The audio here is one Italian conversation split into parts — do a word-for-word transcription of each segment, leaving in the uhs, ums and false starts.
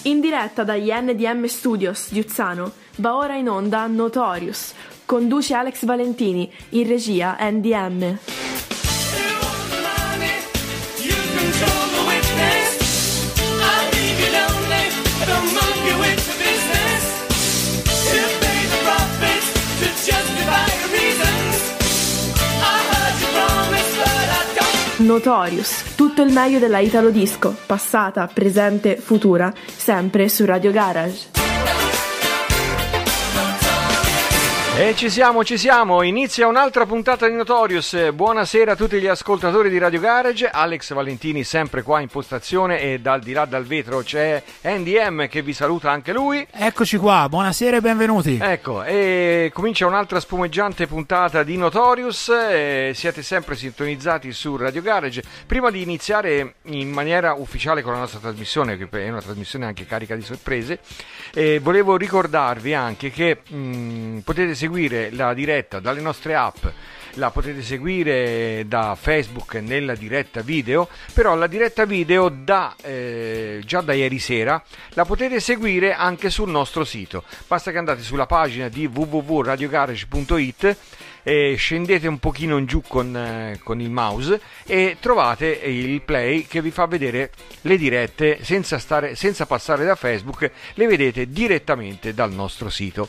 In diretta dagli N D M Studios di Uzzano va ora in onda Notorious. Conduce Alex Valentini, in regia N D M. Notorious, tutto il meglio della Italo Disco, passata, presente, futura, sempre su Radio Garage. E ci siamo, ci siamo, inizia un'altra puntata di Notorious. Buonasera a tutti gli ascoltatori di Radio Garage. Alex Valentini sempre qua in postazione e dal di là dal vetro c'è N D M che vi saluta anche lui. Eccoci qua, buonasera e benvenuti. Ecco, e comincia un'altra spumeggiante puntata di Notorious. E siete sempre sintonizzati su Radio Garage. Prima di iniziare in maniera ufficiale con la nostra trasmissione, che è una trasmissione anche carica di sorprese, eh, volevo ricordarvi anche che mh, potete seguire la diretta dalle nostre app, la potete seguire da Facebook nella diretta video, però la diretta video da, eh, già da ieri sera la potete seguire anche sul nostro sito. Basta che andate sulla pagina di w w w punto radio garage punto it e scendete un pochino in giù con, eh, con il mouse e trovate il play che vi fa vedere le dirette senza, stare, senza passare da Facebook, le vedete direttamente dal nostro sito.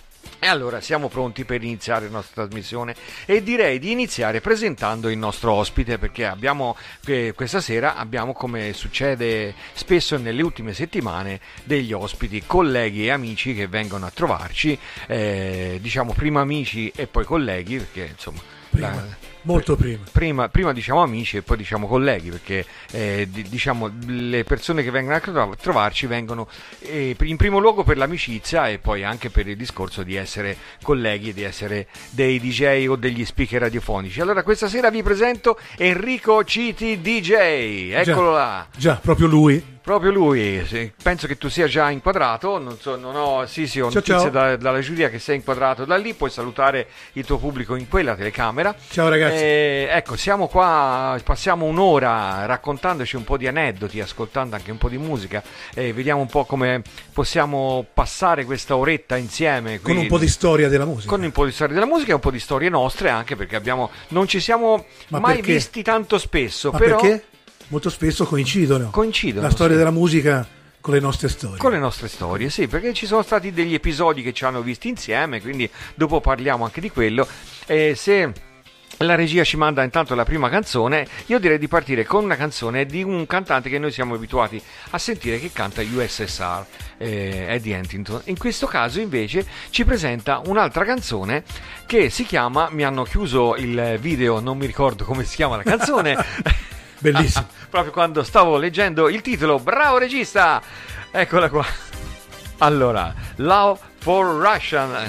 E allora siamo pronti per iniziare la nostra trasmissione e direi di iniziare presentando il nostro ospite, perché abbiamo eh, questa sera abbiamo, come succede spesso nelle ultime settimane, degli ospiti, colleghi e amici che vengono a trovarci, eh, diciamo prima amici e poi colleghi, perché insomma prima, la, molto prima. prima prima diciamo amici e poi diciamo colleghi, perché eh, di, diciamo le persone che vengono a trovarci vengono eh, in primo luogo per l'amicizia e poi anche per il discorso di essere colleghi, di essere dei D J o degli speaker radiofonici. Allora questa sera vi presento Enrico Citi D J, eccolo già, là. Già, proprio lui. Proprio lui, penso che tu sia già inquadrato, non so, non ho, sì sì, ho ciao, notizie ciao. Da, dalla giuria che sei inquadrato da lì, puoi salutare il tuo pubblico in quella telecamera. Ciao ragazzi. E, ecco, siamo qua, passiamo un'ora raccontandoci un po' di aneddoti, ascoltando anche un po' di musica e vediamo un po' come possiamo passare questa oretta insieme. Con un po' di storia della musica. Con un po' di storia della musica e un po' di storie nostre anche, perché abbiamo, non ci siamo Ma mai perché? visti tanto spesso. Ma però perché? Molto spesso coincidono. Coincidono. La storia sì. della musica con le nostre storie. Con le nostre storie, sì, perché ci sono stati degli episodi che ci hanno visti insieme, quindi dopo parliamo anche di quello. E se la regia ci manda intanto la prima canzone, io direi di partire con una canzone di un cantante che noi siamo abituati a sentire, che canta U S S R, eh, Eddie Huntington. In questo caso invece ci presenta un'altra canzone che si chiama, mi hanno chiuso il video, non mi ricordo come si chiama la canzone. Bellissimo. Ah, proprio quando stavo leggendo il titolo, bravo regista, eccola qua. Allora, Love for Russian.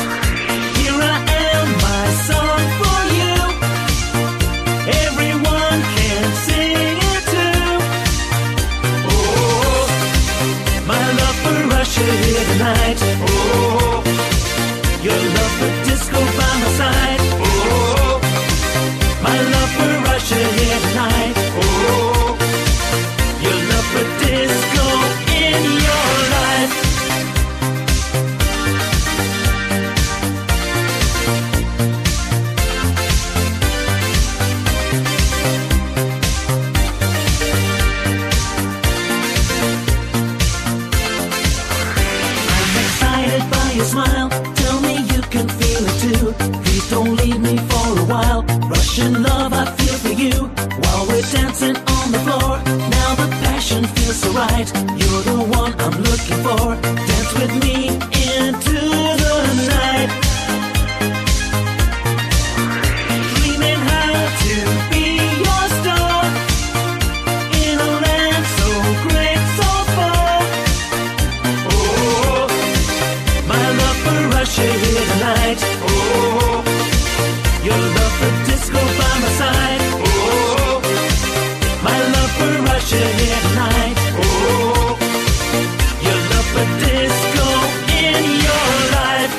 Here I am, my song for you. Everyone Russia here tonight. Oh, your love for disco by my side. Oh, my love for Russia here tonight. Oh, your love for disco in your life. Smile, tell me you can feel it too. Please don't leave me for a while. Russian love I feel for you. While we're dancing on the floor, now the passion feels so right. You're the one I'm looking for. Dance with me into the night. Dreaming how to be your star in a land so great, so far. Oh, my love for Russia here tonight. Oh, your love for disco by my side. Oh, my love for Russia here tonight. Oh, your love for disco in your life.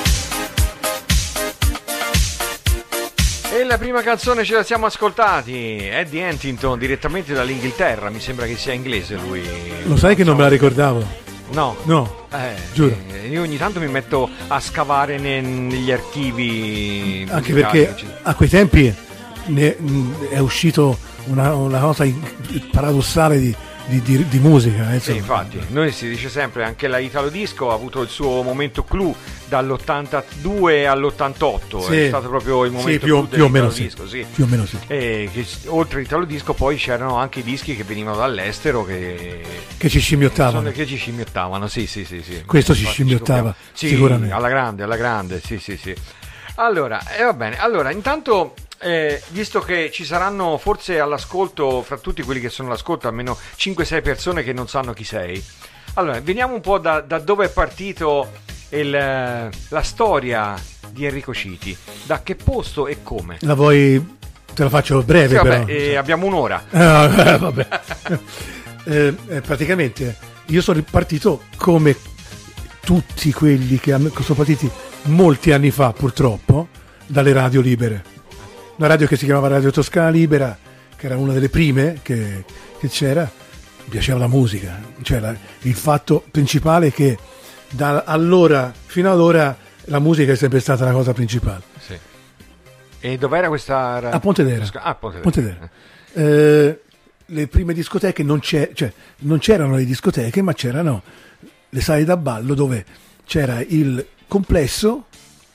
E la prima canzone ce la siamo ascoltati, Eddie Huntington, direttamente dall'Inghilterra. Mi sembra che sia inglese lui. Lo sai che non me la ricordavo? No, No, eh, giuro. eh, io ogni tanto mi metto a scavare ne- negli archivi Anche musicali, perché eccetera. a quei tempi ne- mh, è uscito una, una cosa in- paradossale di, di- di- di musica. eh, Sì, insomma. infatti, noi si dice sempre, anche la Italo Disco ha avuto il suo momento clou dall'ottantadue all'ottantotto, Sì. è stato proprio il Sì, momento più, clou più o meno dell'Italo sì. Disco, sì. Più o meno sì. E che, oltre all'Italo Disco poi c'erano anche i dischi che venivano dall'estero che, Che ci scimmiottavano. sono- che ci scimmiottavano, sì, sì, sì, sì. Questo ci Infatti scimmiottava, scoppiamo. Sì, sicuramente. alla grande, alla grande, sì, sì, sì. Allora, eh, va bene, allora, intanto, eh, visto che ci saranno forse all'ascolto, fra tutti quelli che sono all'ascolto, almeno cinque sei persone che non sanno chi sei, allora, veniamo un po' da, da dove è partito il, eh, la storia di Enrico Citi, da che posto e come. La vuoi... Te la faccio breve, Sì, vabbè, però. eh, abbiamo un'ora. Ah, eh, vabbè. Eh, eh, praticamente io sono partito come tutti quelli che hanno- che sono partiti molti anni fa, purtroppo, dalle radio libere. Una radio che si chiamava Radio Toscana Libera, che era una delle prime che, che c'era. Mi piaceva la musica, cioè la- il fatto principale è che da allora fino ad ora la musica è sempre stata la cosa principale. Sì. E dov'era questa? ra- A Pontedera. Ah, a Pontedera. Pontedera. Eh, le prime discoteche non, c'è, cioè, non c'erano le discoteche, ma c'erano le sale da ballo dove c'era il complesso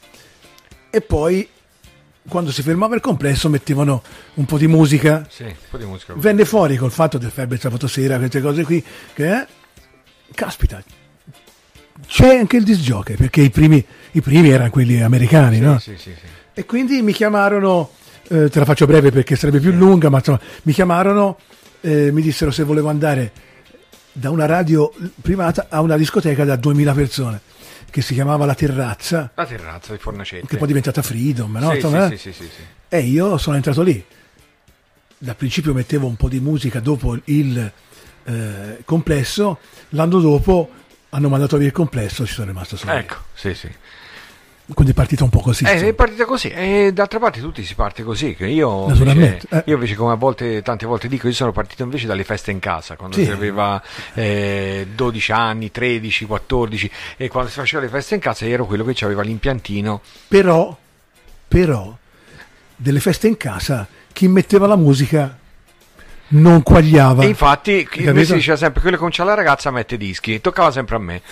e poi quando si fermava il complesso mettevano un po' di musica. Sì, un po' di musica. Venne fuori col fatto del Febbre Sabato Sera, queste cose qui, che eh, caspita, c'è anche il disc jockey, perché i primi, i primi erano quelli americani, Sì, no? sì, sì, sì. E quindi mi chiamarono, eh, te la faccio breve perché sarebbe più lunga, ma insomma, mi chiamarono, eh, mi dissero se volevo andare da una radio privata a una discoteca da duemila persone, che si chiamava La Terrazza, La terrazza di Fornacetti. che poi è diventata Freedom, no? Sì, Insomma, sì, eh. sì, sì, sì, sì. E io sono entrato lì. Dal principio mettevo un po' di musica dopo il eh, complesso, l'anno dopo hanno mandato via il complesso, ci sono rimasto solo. Ecco, sì, sì. Quindi è partita un po' così. Eh, insomma. è partita così, e d'altra parte tutti si parte così. Che io, Naturalmente, invece, eh. io invece, come a volte, tante volte dico, io sono partito invece dalle feste in casa, quando Sì. si aveva eh, dodici anni, tredici, quattordici, e quando si faceva le feste in casa io ero quello che aveva l'impiantino. Però, però, delle feste in casa, chi metteva la musica non quagliava. E infatti, Hai lui capito? si diceva sempre, quello che non c'ha la ragazza mette dischi, toccava sempre a me.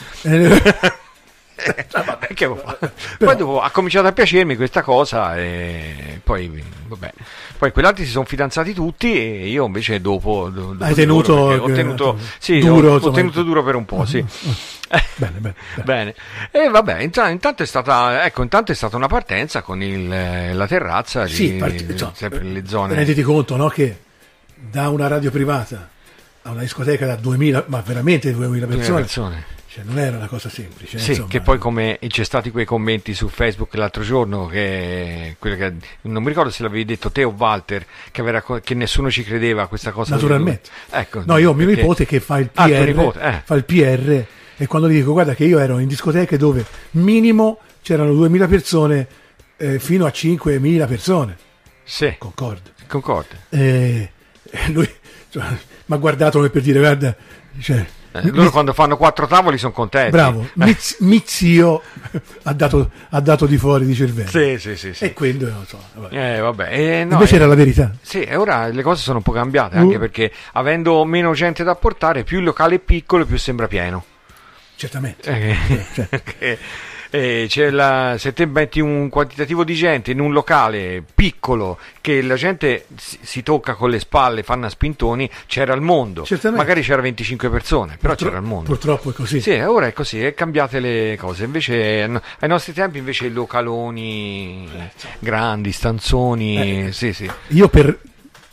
Eh, Che avevo fatto? Poi dopo ha cominciato a piacermi questa cosa e poi vabbè, poi quegli altri si sono fidanzati tutti e io invece dopo, do- dopo Hai di loro, tenuto, perché ho eh, tenuto sì, duro, ho, ho insomma. tenuto duro per un po', sì. bene, bene, bene. Bene. E vabbè, inta- intanto è stata ecco, intanto è stata una partenza con il, eh, la terrazza di, Sì, parti- di- insomma, sempre nelle zone. renditi conto, no, che da una radio privata a una discoteca da duemila, ma veramente duemila Duemila persone, persone. cioè non era una cosa semplice. Sì, insomma. che poi come c'è stati quei commenti su Facebook l'altro giorno che, quello che non mi ricordo se l'avevi detto te o Walter che, aveva, che nessuno ci credeva a questa cosa. Naturalmente. Ecco, No, io ho mio perché- nipote che fa il P R, Ah, tuo nipote, eh. fa il P R E quando gli dico guarda che io ero in discoteche dove minimo c'erano duemila persone eh, fino a cinquemila persone. Sì. Concordo. Concordo. E lui cioè, mi ha guardato come per dire guarda, cioè, Eh, loro mi, quando fanno quattro tavoli sono contenti. bravo, Eh. mi, mi zio ha dato, ha dato di fuori di cervello. Sì, sì, sì, sì. E quello non so. Vabbè. Eh, vabbè. Eh, no, Invece eh, era la verità. Sì, e ora le cose sono un po' cambiate, anche Uh. perché avendo meno gente da portare, più il locale è piccolo, più sembra pieno. Certamente. Eh, Cioè, che- eh, c'è la- se te metti un quantitativo di gente in un locale piccolo che la gente si, si tocca con le spalle, fanno a spintoni, c'era il mondo. Certamente. Magari c'era venticinque persone, però purtro- c'era il mondo. Purtroppo è così. Sì, ora è così, è cambiate le cose. Invece no, ai nostri tempi invece i localoni grandi, stanzoni, Eh. sì, sì. Io per eh,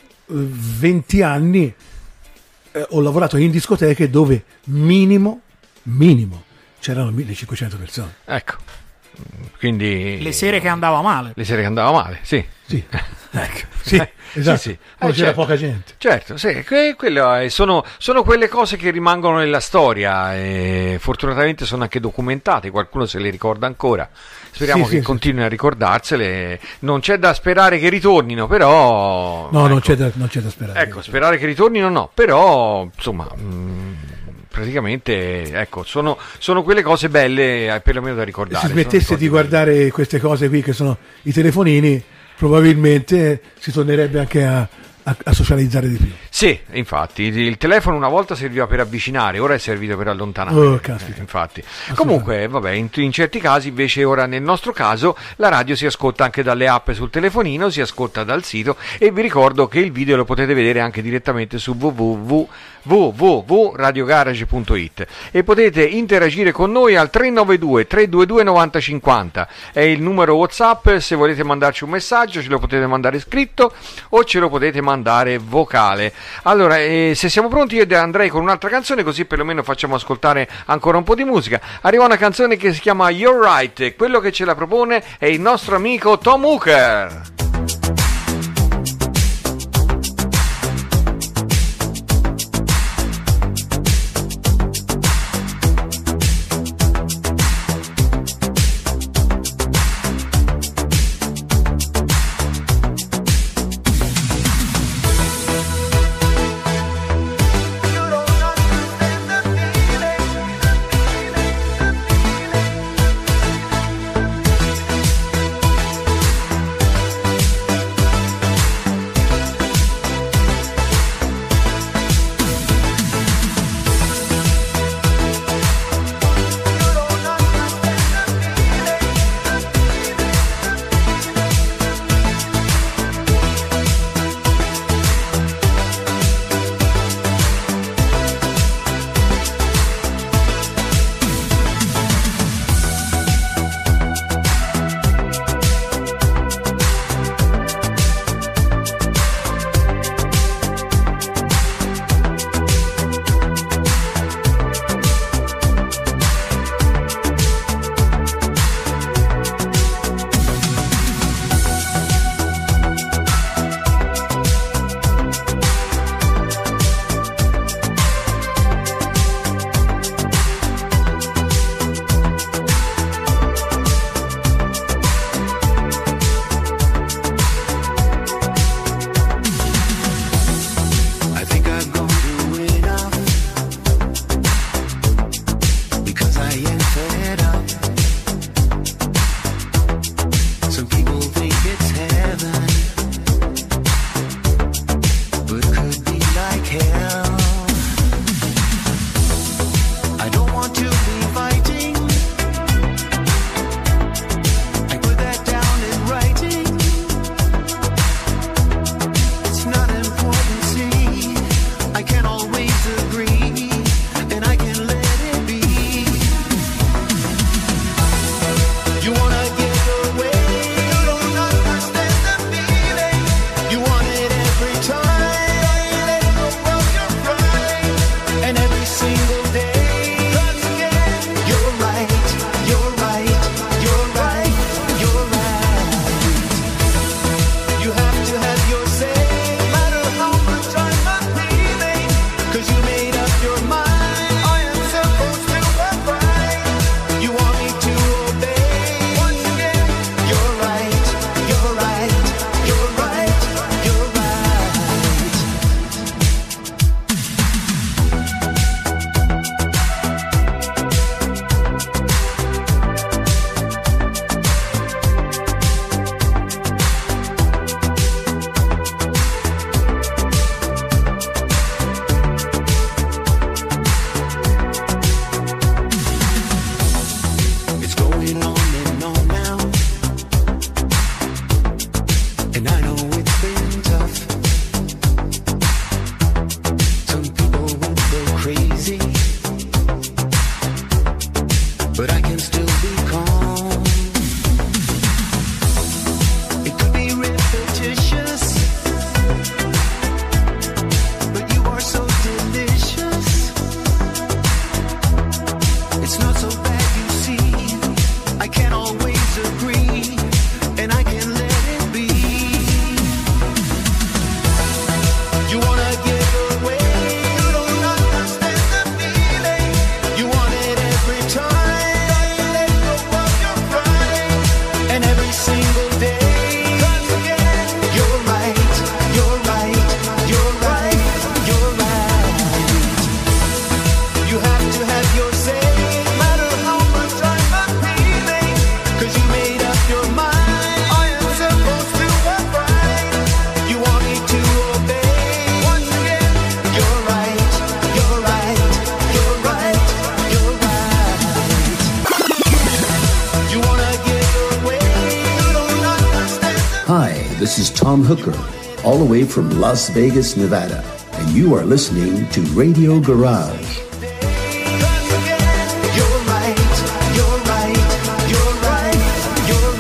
venti anni eh, ho lavorato in discoteche dove minimo, minimo, c'erano millecinquecento persone. Ecco. Quindi Le sere che andava male. le sere che andava male, sì. Sì, Ecco. sì, Eh, esatto. sì, sì. Quando Eh, c'era certo. poca gente. Certo, sì, que- quello è- sono, sono quelle cose che rimangono nella storia e fortunatamente sono anche documentate, qualcuno se le ricorda ancora. Speriamo Sì, che sì, sì. continui a ricordarsele. Non c'è da sperare che ritornino, però... No, non, ecco. c'è da, non c'è da sperare. Ecco, sperare che ritornino no, però insomma, mh, praticamente ecco, sono, sono quelle cose belle eh, perlomeno da ricordare. Se smettesse sono di ricordi guardare queste cose qui che sono i telefonini, probabilmente si tornerebbe anche a, a- a socializzare di più. belli. Sì, infatti, il, il telefono una volta serviva per avvicinare, ora è servito per allontanare. Oh, caspita. Eh, infatti. Comunque, vabbè, in, in certi casi invece ora nel nostro caso la radio si ascolta anche dalle app sul telefonino, si ascolta dal sito e vi ricordo che il video lo potete vedere anche direttamente su w w w punto radio garage punto it e potete interagire con noi al tre nove due tre due due nove zero cinque zero, è il numero WhatsApp. Se volete mandarci un messaggio ce lo potete mandare scritto o ce lo potete mandare vocale. Allora, eh, se siamo pronti io andrei con un'altra canzone, così perlomeno facciamo ascoltare ancora un po' di musica. Arriva una canzone che si chiama You're Right e quello che ce la propone è il nostro amico Tom Hooker. but I can still be calm. It could be repetitious, but you are so delicious. It's not so bad, you see. I can't always agree, and I can let it be. You wanna get away, you don't understand the feeling. You want it every time, got to let go of your pride. And every single day, 'cause again, you're right, you're right, you're right, you're right. You have to have your say, no matter how much I'm appealing. 'Cause you made up your mind, I am supposed to abide. You want me to obey, once again, you're right, you're right, you're right, you're right. You wanna get away, you don't understand the Hi, this is Tom Hooker, all the way from Las Vegas, Nevada, and you are listening to Radio Garage. Cause again, you're right, you're right, you're right, you're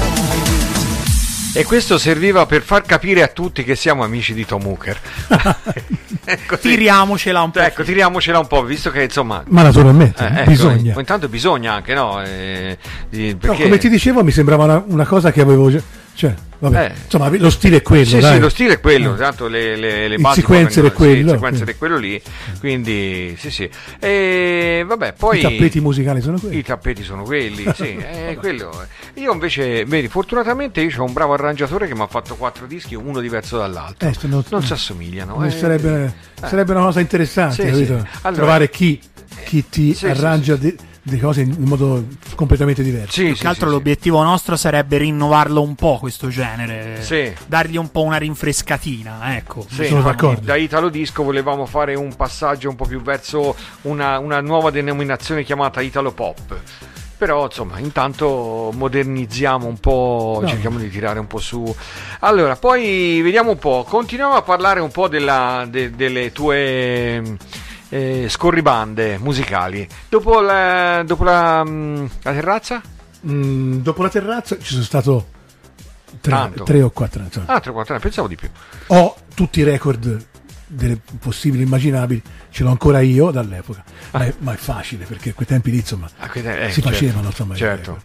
right. E questo serviva per far capire a tutti che siamo amici di Tom Hooker. Ecco, sì. Tiriamocela un po'. Ecco, tiriamocela un po', visto che insomma. Ma naturalmente, eh, ecco, bisogna. Intanto bisogna anche, no? Eh, eh, No, perché... come ti dicevo, mi sembrava una, una cosa che avevo già. Cioè, vabbè, Eh. insomma, lo stile è quello. Sì, dai. sì, lo stile è quello, Eh. tanto le, le, le Il basi sequencer è come vengono- sì, quello, il sequencer sì. è quello lì, quindi sì sì. E vabbè, poi I tappeti musicali sono I quelli. tappeti sono quelli, sì, è quello. Io invece, vedi, fortunatamente io ho un bravo arrangiatore che mi ha fatto quattro dischi, uno diverso dall'altro. Eh, non, non si assomigliano. eh, eh. sarebbe, Eh. sarebbe una cosa interessante, Sì, capito? sì. Allora- Trovare chi, chi ti Sì, sì, arrangia sì, de- delle cose in altro completamente diverso. Sì, Più sì, che altro sì, sì. l'obiettivo nostro sarebbe rinnovarlo un po' questo genere, Sì. dargli un po' una rinfrescatina, ecco. Sì, Sono infatti, d'accordo. da Italo Disco volevamo fare un passaggio un po' più verso una, una nuova denominazione chiamata Italo Pop. Però insomma, intanto modernizziamo un po', No. cerchiamo di tirare un po' su. Allora, poi vediamo un po', continuiamo a parlare un po' della, de- delle tue eh, scorribande musicali. Dopo la, dopo la, mm, la terrazza? Mm, dopo la terrazza ci sono stato tre, Tanto. tre o quattro anni. insomma. Ah, tre quattro anni, pensavo di più. Ho tutti i record delle possibili immaginabili, ce l'ho ancora io dall'epoca, ma, è, ma è facile perché a quei tempi lì insomma Ah, quindi, eh, si certo, facevano insomma i certo. record.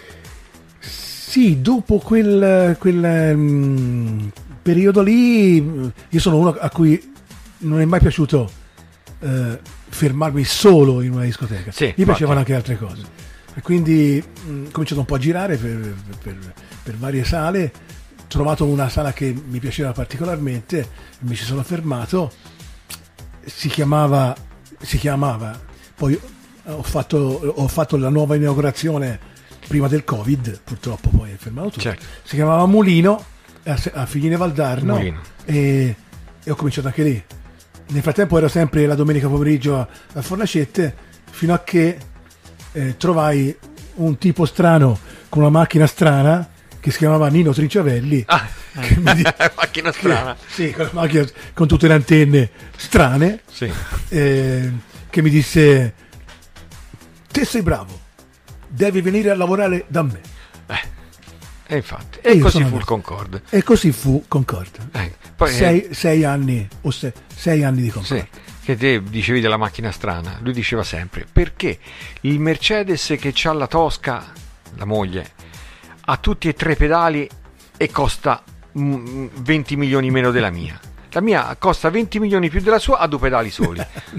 Sì, dopo quel, quel mm, periodo lì mm, io sono uno a cui non è mai piaciuto eh, fermarmi solo in una discoteca. Sì, Mi infatti. piacevano anche altre cose e quindi mm, ho cominciato un po' a girare per, per- per varie sale, ho trovato una sala che mi piaceva particolarmente, mi ci sono fermato, si chiamava si chiamava poi ho fatto, ho fatto la nuova inaugurazione prima del Covid, purtroppo poi è fermato tutto. Certo. Si chiamava Mulino a, a Figline Valdarno Mulino. e, e ho cominciato anche lì. Nel frattempo ero sempre la domenica pomeriggio a, a Fornacette, fino a che eh, trovai un tipo strano con una macchina strana che si chiamava Nino Trinciavelli. Ah, che mi di- macchina strana. Sì, con la macchina con tutte le antenne strane, Sì. eh, che mi disse: te sei bravo, devi venire a lavorare da me. E infatti, E e io così sono fu il andato. Concorde. E così fu Concorde. Eh, poi, eh, sei, sei anni o se- sei anni di Concorde. Sì, che te dicevi della macchina strana, lui diceva sempre: perché il Mercedes che c'ha la Tosca, la moglie, ha tutti e tre i pedali e costa mm, venti milioni meno della mia. La mia costa venti milioni più della sua, ha due pedali soli.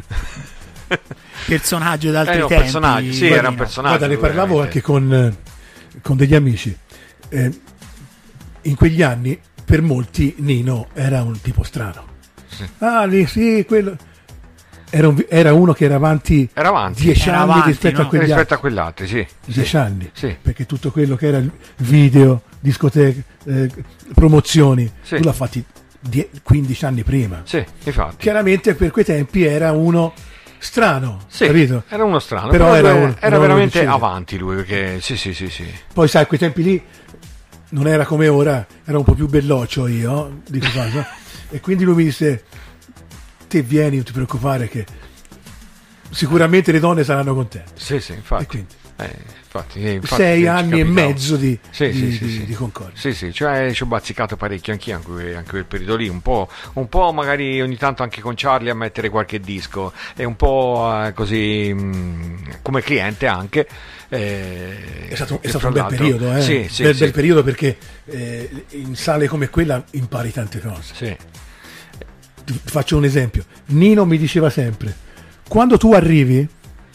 Personaggio d'altri Eh, un tempi. personaggio, sì, Guardino. era un personaggio. Guarda, ne parlavo veramente. anche con, eh, con degli amici. Eh, in quegli anni, per molti, Nino era un tipo strano. Ah, lì, sì, quello. Era, un- era uno che era avanti, Era avanti. dieci Era anni avanti, rispetto no? a quegli rispetto altri. a quell'altro, sì. Dieci anni, Sì. perché tutto quello che era il video, discoteche, eh, promozioni, Sì. tu l'ha fatti die- quindici anni prima. Sì, infatti. Chiaramente per quei tempi era uno strano, Sì, capito? era uno strano, Però però, era lui- un- era era uno veramente decente. avanti lui, perché sì, sì, sì, sì. Poi sai, a quei tempi lì non era come ora, era un po' più belloccio io, dico cosa. E quindi lui mi disse: te vieni, non ti preoccupare che sicuramente le donne saranno contente. Sì, sì, E infatti. quindi Eh, infatti, eh, infatti, sei ci anni e capitava. mezzo di, Sì, di, sì, sì, di, sì. di Concordia. Sì, sì, cioè ci ho bazzicato parecchio anch'io anche, anche quel periodo lì, un po', un po' magari ogni tanto anche con Charlie a mettere qualche disco e un po' eh, così mh, come cliente anche. Eh, È stato, è e stato fra un bel l'altro- periodo, eh? Sì, sì, bel, sì. bel periodo perché eh, in sale come quella impari tante cose. Sì. Ti faccio un esempio. Nino mi diceva sempre: quando tu arrivi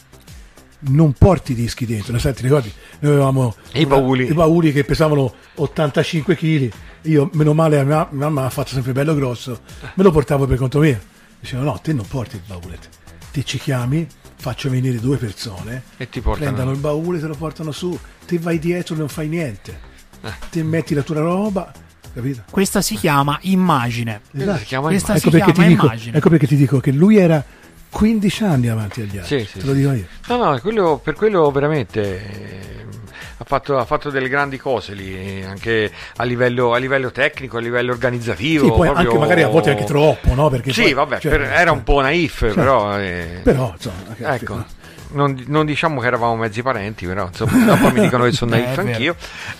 non porti i dischi dentro. Sai, ti ricordi? Noi avevamo I bauli. i bauli che pesavano ottantacinque chili. Io, meno male, la mia mia mamma ha fatto sempre bello grosso, me lo portavo per conto mio. Diceva: no, te non porti il baule, te ci chiami, faccio venire due persone E ti portano. prendono il baule, te lo portano su, te vai dietro, non fai niente, Eh. te metti la tua roba, capito? Questa si chiama immagine. Questa si chiama Questa Ecco si perché, ti chiama dico, immagine. ecco perché ti dico che lui era quindici anni avanti agli altri, Sì, sì, te lo sì. dico io. No, no, quello, per quello veramente eh, ha, fatto, ha fatto delle grandi cose lì, eh, anche a livello, a livello tecnico, a livello organizzativo. Sì, poi proprio- anche magari a volte anche troppo, no? Perché Sì, poi- vabbè, cioè, per- era un po' naif, cioè, però... eh, però insomma, che- ecco, non, non diciamo che eravamo mezzi parenti, però insomma, dopo mi dicono che sono Eh, naif è vero. anch'io.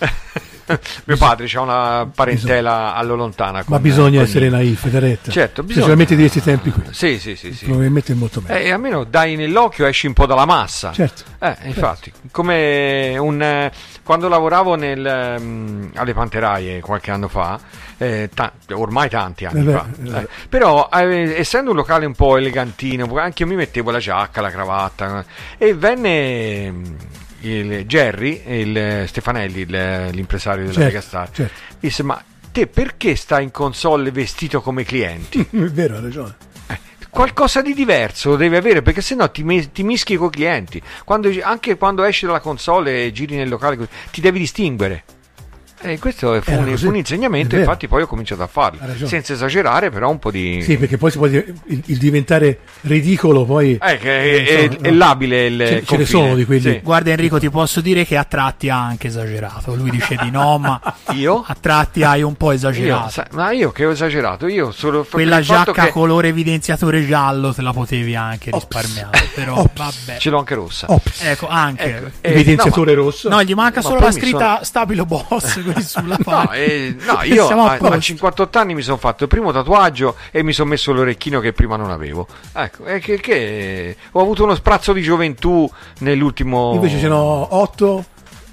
Mio padre c'ha una parentela allo lontana. ma con- bisogna con essere Nino. naif, Federetta. Certo, bisogna. Specialmente di questi tempi qui. Sì, sì, sì, sì. Probabilmente è molto meglio. Eh, almeno dai nell'occhio, esci un po' dalla massa. Certo. Eh, infatti, come un, eh, quando lavoravo nel, ehm, alle Panteraie qualche anno fa, eh, ta- ormai tanti anni Eh beh, fa, eh. eh, però eh, essendo un locale un po' elegantino, anche io mi mettevo la giacca, la cravatta, eh, e venne ehm, il Jerry, il eh, Stefanelli, il- l'impresario della Certo, Megastar, certo. disse: ma te perché stai in console vestito come clienti? È vero, ha ragione. Qualcosa di diverso lo devi avere, perché sennò ti, mi- ti mischi con i clienti. Quando- anche quando esci dalla console e giri nel locale, così, ti devi distinguere. E questo fu Era un, così. fu un insegnamento, È vero. infatti poi ho cominciato a farlo, Ha ragione. senza esagerare, però un po' di... Sì, perché poi si può dire, il, il diventare ridicolo poi... Eh, che è, è- insomma, è no. labile il Ce- ce ne confine. sono di quelli. Sì. Guarda Enrico, ti posso dire che a tratti ha anche esagerato. Lui dice di no, ma Io? a tratti hai un po' Io, esagerato. sa- ma io che ho esagerato, io solo Quella il fatto giacca che colore evidenziatore giallo te la potevi anche risparmiare, però Ops. vabbè. ce l'ho anche rossa. Ops. Ecco, anche. Ecco, eh, Evidenziatore rosso. No, gli manca Ma solo poi la mi scritta sono- Stabilo Boss qui sulla No, parte. eh, no, io Siamo a a, posto. a cinquantotto anni mi sono fatto il primo tatuaggio e mi sono messo l'orecchino che prima non avevo. Ecco, è che, che ho avuto uno sprazzo di gioventù nell'ultimo... Invece ce n'ho otto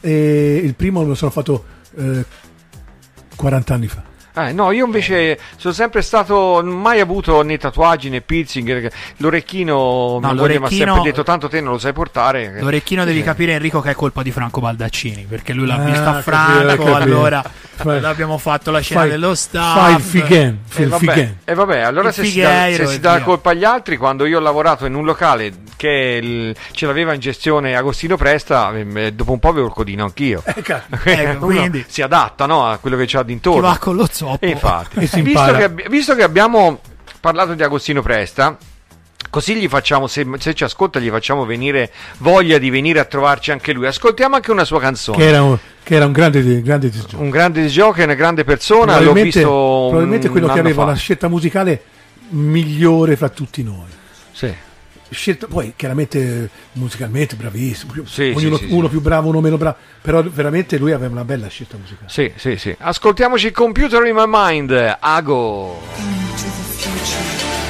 e il primo me lo sono fatto eh, quaranta anni fa. Eh, no, io invece sono sempre stato, non ho mai avuto né tatuaggi né piercing, l'orecchino, mia moglie mi ha l'orecchino- sempre detto tanto te non lo sai portare. L'orecchino devi Eh, capire Enrico che è colpa di Franco Baldaccini, perché lui l'ha Ah, visto a capito, Franco, capito. allora Fai- abbiamo fatto la scena fai- dello staff. Fai il fighen. E il vabbè, fighen. e vabbè, allora Il se si, dà, se figheiro si e dà la via. colpa agli altri, quando io ho lavorato in un locale che il- ce l'aveva in gestione Agostino Presta, eh, dopo un po' avevo il codino anch'io. Eh, cazzo. Ecco, Uno quindi- si adatta, no, a quello che c'ha Chi d'intorno. va con lo zoppo. E infatti, E si visto impara. che, abbi- visto che abbiamo parlato di Agostino Presta, così gli facciamo, se, se ci ascolta, gli facciamo venire voglia di venire a trovarci anche lui. Ascoltiamo anche una sua canzone. Che era un, che era un grande, grande disgioco. Un grande disjockey, una grande persona. L'ho Probabilmente, visto probabilmente un quello che anno aveva fa. la scelta musicale migliore fra tutti noi. Sì. Scelta, poi chiaramente musicalmente bravissimo, più- Sì, ognuno, sì, sì, uno sì. più bravo, uno meno bravo, però veramente lui aveva una bella scelta musicale. Sì, sì, sì. Ascoltiamoci Computer in My Mind, Ago. Into the future.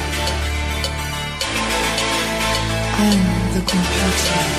I'm the computer.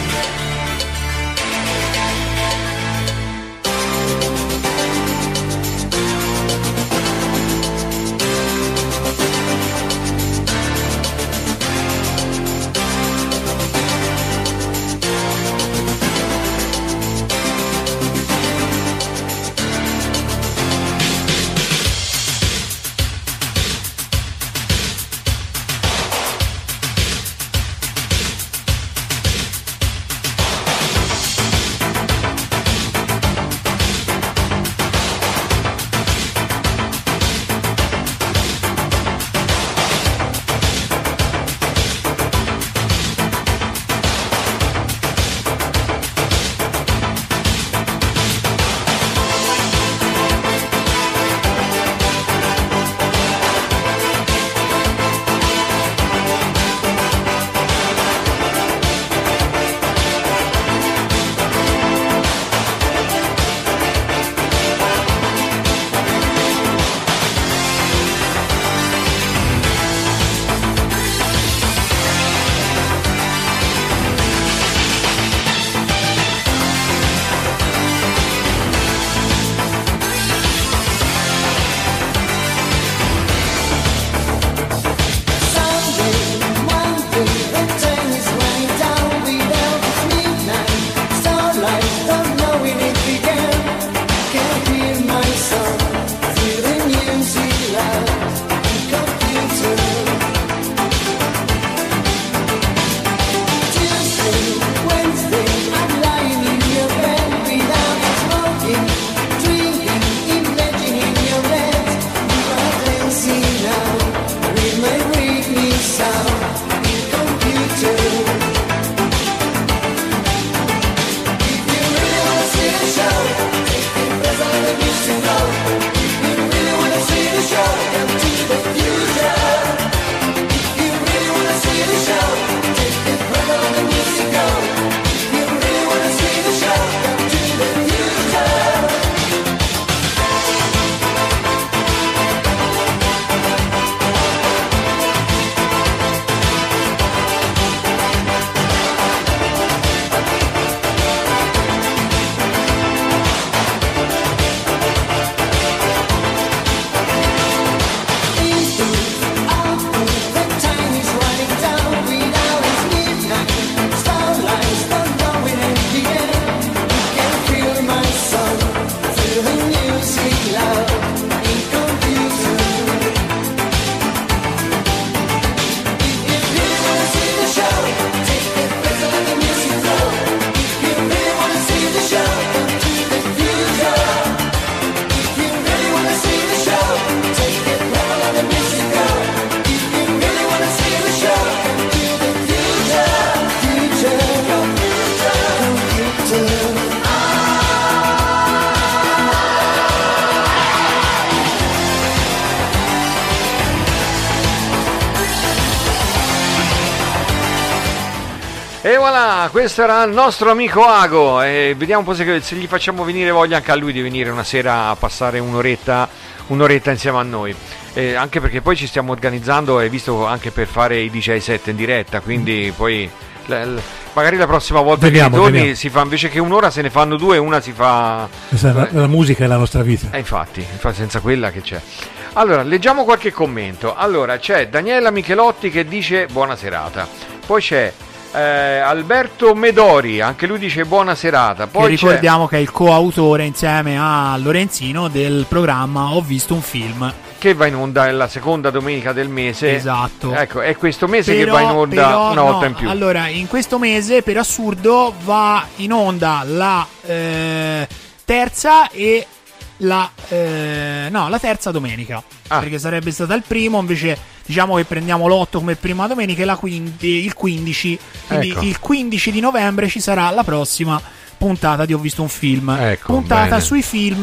E voilà, questo era il nostro amico Ago. E vediamo un po' se, se gli facciamo venire voglia anche a lui di venire una sera a passare un'oretta, un'oretta insieme a noi. Eh, anche perché poi ci stiamo organizzando, hai visto, anche per fare i D J set in diretta, quindi poi l- l- magari la prossima volta Veniamo, che ritorni veniamo. si fa, invece che un'ora se ne fanno due, una si fa... Questa è la, la musica è la nostra vita. Eh, infatti, infatti, senza quella che c'è. Allora, leggiamo qualche commento. Allora, c'è Daniela Michelotti che dice buona serata. Poi c'è eh, Alberto Medori, anche lui dice buona serata. Poi che ricordiamo che è il coautore insieme a Lorenzino del programma Ho visto un film. che va in onda la seconda domenica del mese. Esatto. Ecco, è questo mese Però- che va in onda però una no, volta in più. Allora, in questo mese, per assurdo, va in onda la eh, terza e la eh, no, la terza domenica. Ah. Perché sarebbe stata il primo, invece diciamo che prendiamo l'otto come prima domenica e la quindi, il quindici. Quindi Ecco. il quindici di novembre ci sarà la prossima puntata di Ho visto un film. Ecco, puntata bene. sui film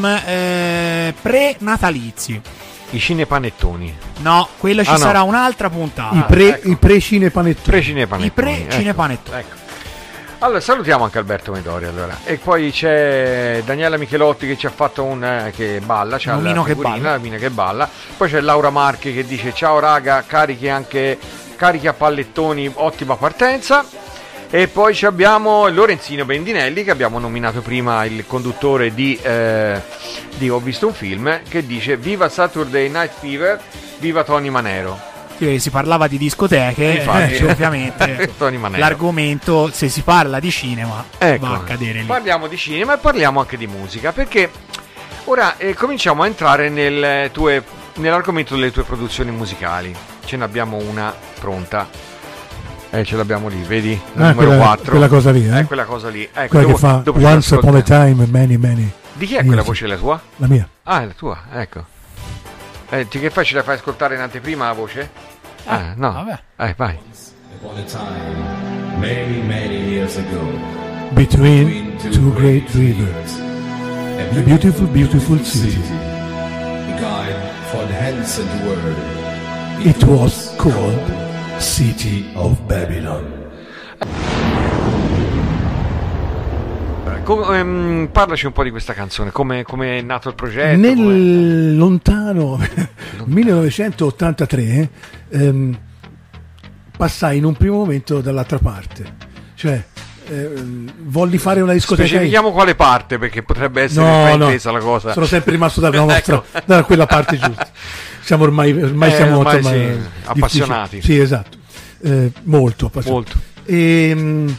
eh, pre-natalizi. I cinepanettoni. No, quella ci Ah, no. sarà un'altra puntata. I pre, ecco. i pre-cinepanettoni. Pre-cinepanettoni. I pre-cinepanettoni. Ecco. Ecco. Allora, salutiamo anche Alberto Medori, allora. E poi c'è Daniela Michelotti che ci ha fatto un... Eh, che balla, c'ha Nomino la che figurina, balla. la Mina che balla. Poi c'è Laura Marchi che dice ciao raga, carichi anche... carichi a pallettoni, ottima partenza. E poi ci abbiamo Lorenzino Bendinelli, che abbiamo nominato prima il conduttore di, eh, di Ho visto un film, che dice viva Saturday Night Fever, viva Tony Manero. Sì, si parlava di discoteche, Infatti. eh, ovviamente Tony Manero. l'argomento, se si parla di cinema, Ecco, va a cadere lì. parliamo di cinema e parliamo anche di musica, perché ora eh, cominciamo a entrare nel tue, nell'argomento delle tue produzioni musicali. Ce ne abbiamo una pronta. Eh, ce l'abbiamo lì, vedi? La Ah, numero quella- quattro. quella cosa lì, eh? Eh, quella cosa lì. Ecco, Quella dopo- che fa dopo ce Once Upon a l'ascoltiamo. Time, Many Many. Di chi è quella Years. voce? La tua? La mia. Ah, è la tua, ecco. Eh, ti che fai? Ce la fai ascoltare in anteprima la voce? Ah, no. vabbè. Eh, vai. Upon a time, many, many years ago, Between two great rivers, a a beautiful, beautiful city. the guide for the hands and word. It was called City of Babylon. Com- ehm, parlaci un po' di questa canzone, come come è nato il progetto? com'è- Nel lontano millenovecentottantatré ehm, passai in un primo momento dall'altra parte, cioè ehm, volli fare una discoteca. Specifichiamo quale parte, perché potrebbe essere No, no, fraintesa la cosa. sono sempre rimasto dalla nostra, Ecco. da quella parte giusta. Siamo ormai, ormai Eh, siamo ormai insomma, sì, difficili. appassionati. Sì, esatto. Eh, molto appassionati. Molto. E, mm,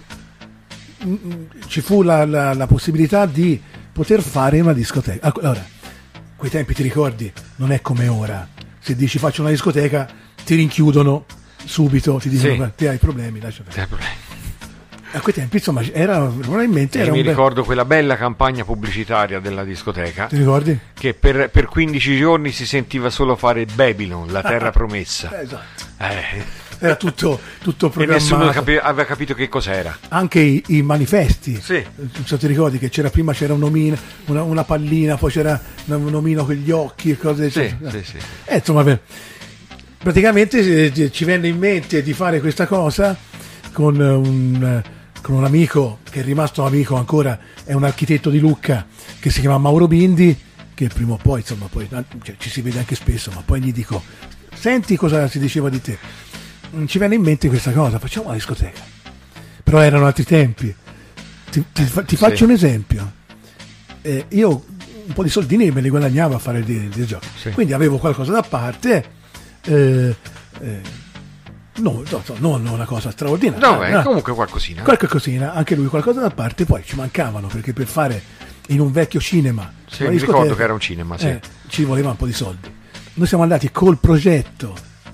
mm, ci fu la, la- la possibilità di poter fare una discoteca. Ah, allora, quei tempi ti ricordi, non è come ora. Se dici faccio una discoteca, ti rinchiudono subito, ti dicono Sì. "Guarda, te hai problemi, lascia Eh, perdere". A quei tempi, insomma, era probabilmente Io era mi un bel- ricordo quella bella campagna pubblicitaria della discoteca, Ti ricordi? che per, per quindici giorni si sentiva solo fare Babylon, la terra promessa. Eh, esatto. Eh, Era tutto, tutto e programmato. nessuno capi- aveva capito che cos'era. Anche i, i manifesti. Sì. Non so, ti ricordi che c'era prima c'era un omino, una, una pallina, poi c'era un omino con gli occhi e cose Sì, cioè, sì, sì. eh, insomma, beh, praticamente eh, ci venne in mente di fare questa cosa con un, con un amico che è rimasto amico ancora, è un architetto di Lucca che si chiama Mauro Bindi, che prima o poi, insomma, poi, cioè, ci si vede anche spesso, ma poi gli dico, senti cosa si diceva di te. Mm, Ci venne in mente questa cosa, facciamo una discoteca. Però erano altri tempi. Ti, ti fa- ti faccio Sì. un esempio. Eh, io un po' di soldini me li guadagnavo a fare dei, dei giochi, Sì. quindi avevo qualcosa da parte. eh, eh, no, no, no, non una cosa straordinaria. No, beh, no. comunque qualcosina. Qualche cosina, anche lui qualcosa da parte, poi ci mancavano perché per fare in un vecchio cinema Sì, una mi discoteca, ricordo che era un cinema, sì. eh, ci voleva un po' di soldi. Noi siamo andati col progetto,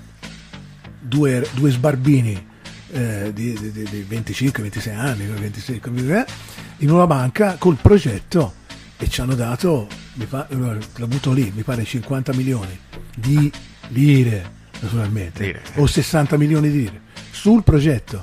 due, due sbarbini eh, di, di- di- di venticinque ventisei anni, ventisei, eh, in una banca col progetto e ci hanno dato, mi pa- l'ho butto lì, mi pare cinquanta milioni di lire, naturalmente, Lire. o sessanta milioni di lire sul progetto.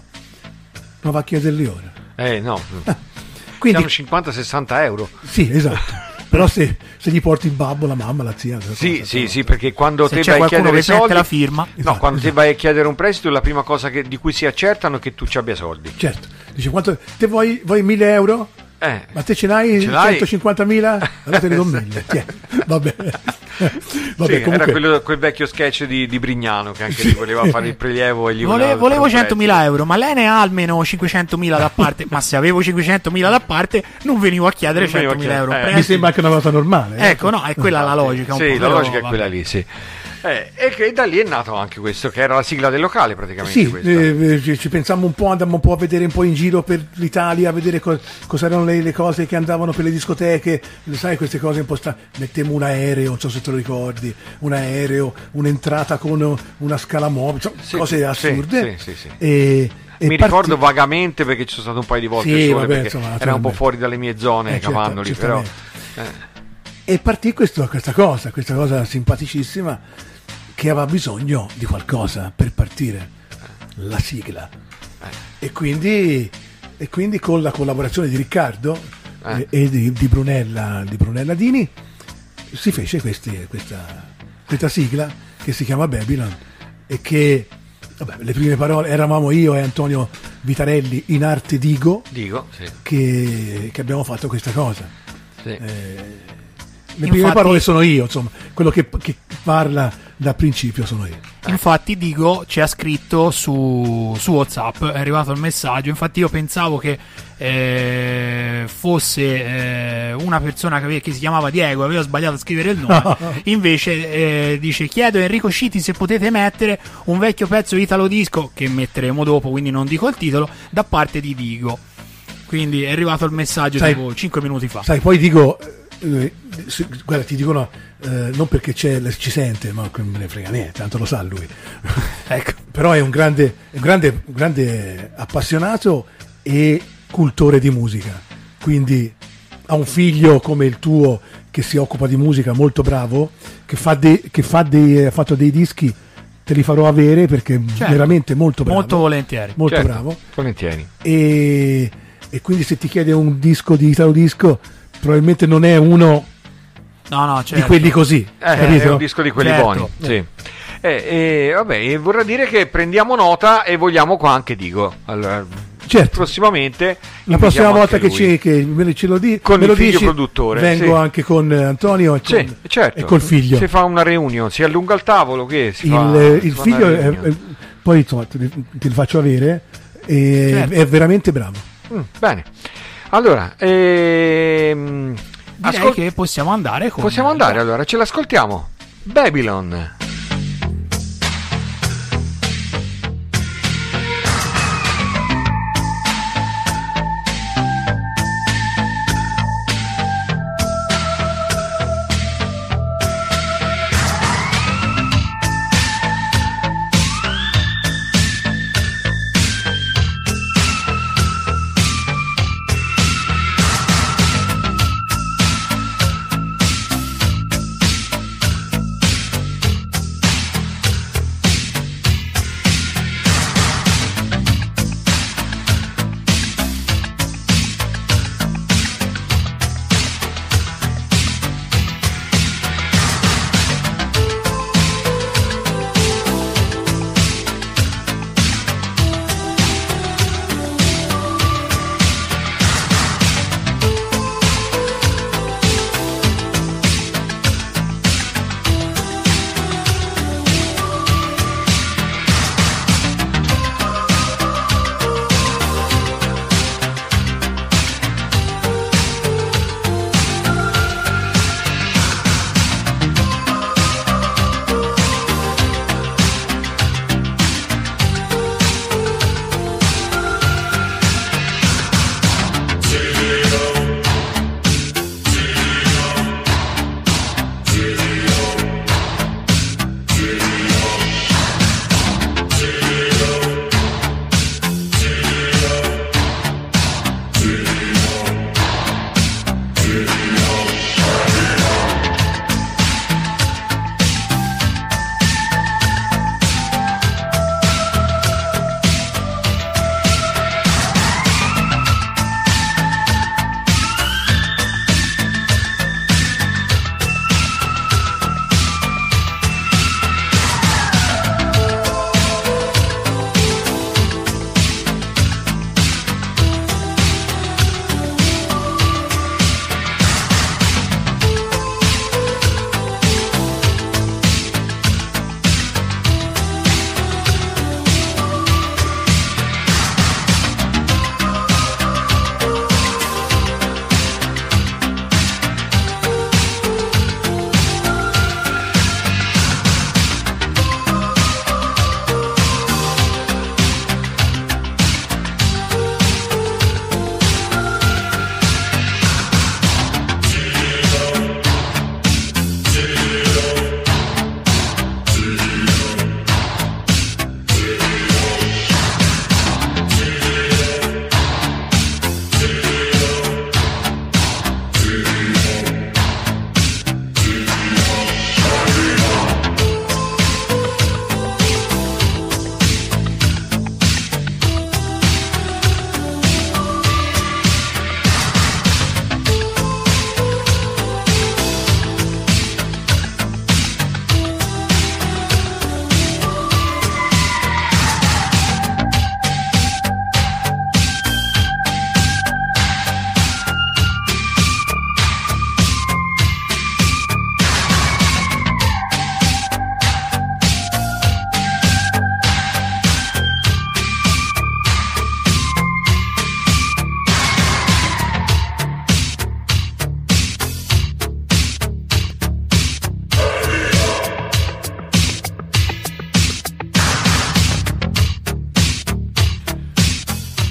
Prova a chiederli ora. Eh, no. Quindi Siamo cinquanta sessanta euro. sì, esatto. Però se, se gli porti il babbo, la mamma, la zia, Sì, cosa, sì, no? sì, perché quando Se te c'è vai a qualcuno chiedere che mette soldi, la firma. no, Esatto, quando te esatto. vai a chiedere un prestito, la prima cosa che, di cui si accertano è che tu ci abbia soldi. Certo, dice quanto te vuoi, vuoi mille euro? Eh, Ma te ce n'hai Ce l'hai? centocinquantamila? Allora te ne do mille. Tieni. Vabbè. Vabbè, sì, comunque, era quello, quel vecchio sketch di, di Brignano che anche Sì. lì voleva fare il prelievo e gli Vole- voleva volevo fare un centomila euro, ma lei ne ha almeno cinquecentomila da parte. Ma se avevo cinquecentomila da parte, non venivo a chiedere Non venivo a centomila euro. chiedere, eh. mi sembra anche una cosa normale. eh. Ecco, no, è quella la logica. Un Sì, po', la però, logica è vabbè. quella lì, sì. Eh, e che da lì è nato anche questo, che era la sigla del locale praticamente. Sì, questa. eh, ci- ci pensammo un po', andammo un po' a vedere un po' in giro per l'Italia, a vedere co- cos'erano le, le cose che andavano per le discoteche, sai queste cose un po' sta... mettemmo un aereo, non so se te lo ricordi, un aereo, un'entrata con una scala mobile, cioè, Sì, cose sì, assurde. sì, sì, sì. E, e Mi parti- ricordo vagamente perché ci sono stato un paio di volte Sì, sole, vabbè, perché insomma, era un po' naturalmente. fuori dalle mie zone, Eh, certo, Cavandoli, però. certamente. eh. E partì questo- questa cosa, questa cosa simpaticissima che aveva bisogno di qualcosa per partire, la sigla. E quindi, e quindi con la collaborazione di Riccardo Eh. e, e di, di Brunella, di Brunella Dini si fece questi- questa, questa sigla che si chiama Babylon e che, vabbè, le prime parole eravamo io e Antonio Vitarelli in arte Digo Dico, sì. che, che abbiamo fatto questa cosa. sì. Eh, le Infatti- prime parole sono io, insomma, quello che, che parla da principio sono io. Infatti Digo ci ha scritto su, su WhatsApp, è arrivato il messaggio. Infatti io pensavo che eh, fosse eh, una persona che, ave- che si chiamava Diego, aveva sbagliato a scrivere il nome. Invece eh, dice: chiedo a Enrico Sciti se potete mettere un vecchio pezzo italo disco, che metteremo dopo, quindi non dico il titolo, da parte di Digo. Quindi è arrivato il messaggio Sai- tipo cinque minuti fa. Sai, poi dico, eh, su- guarda, ti dicono, eh, non perché c'è, ci sente, ma non me ne frega niente, tanto lo sa lui. Ecco, però è un grande, è un grande, un grande appassionato e cultore di musica. Quindi ha un figlio come il tuo che si occupa di musica, molto bravo, che fa dei, che fa dei, ha fatto dei dischi. Te li farò avere perché è Certo. veramente molto bravo. Molto volentieri. Molto Certo, bravo. volentieri. E, e quindi se ti chiede un disco di Italo Disco probabilmente non è uno No, no, certo. di quelli così, Eh, capito? è un disco di quelli Certo. buoni, sì. Eh, e, vabbè, e vorrà dire che prendiamo nota e vogliamo qua anche Digo. Allora, Certo. prossimamente La prossima invitiamo volta anche che, lui. ci, che me, lo- ce lo di, Con me il lo figlio dici, produttore, vengo sì. anche con eh, Antonio e con, Sì, certo. e col figlio. Si fa una reunion, si allunga il tavolo che si il, fa, eh, si il fa una figlio è, reunion. è- poi insomma, te, te lo faccio avere, e, Certo. è veramente bravo. Mm, bene. Allora, ehm, Direi ascol- che possiamo andare con possiamo andare allora, ce l'ascoltiamo. Babylon.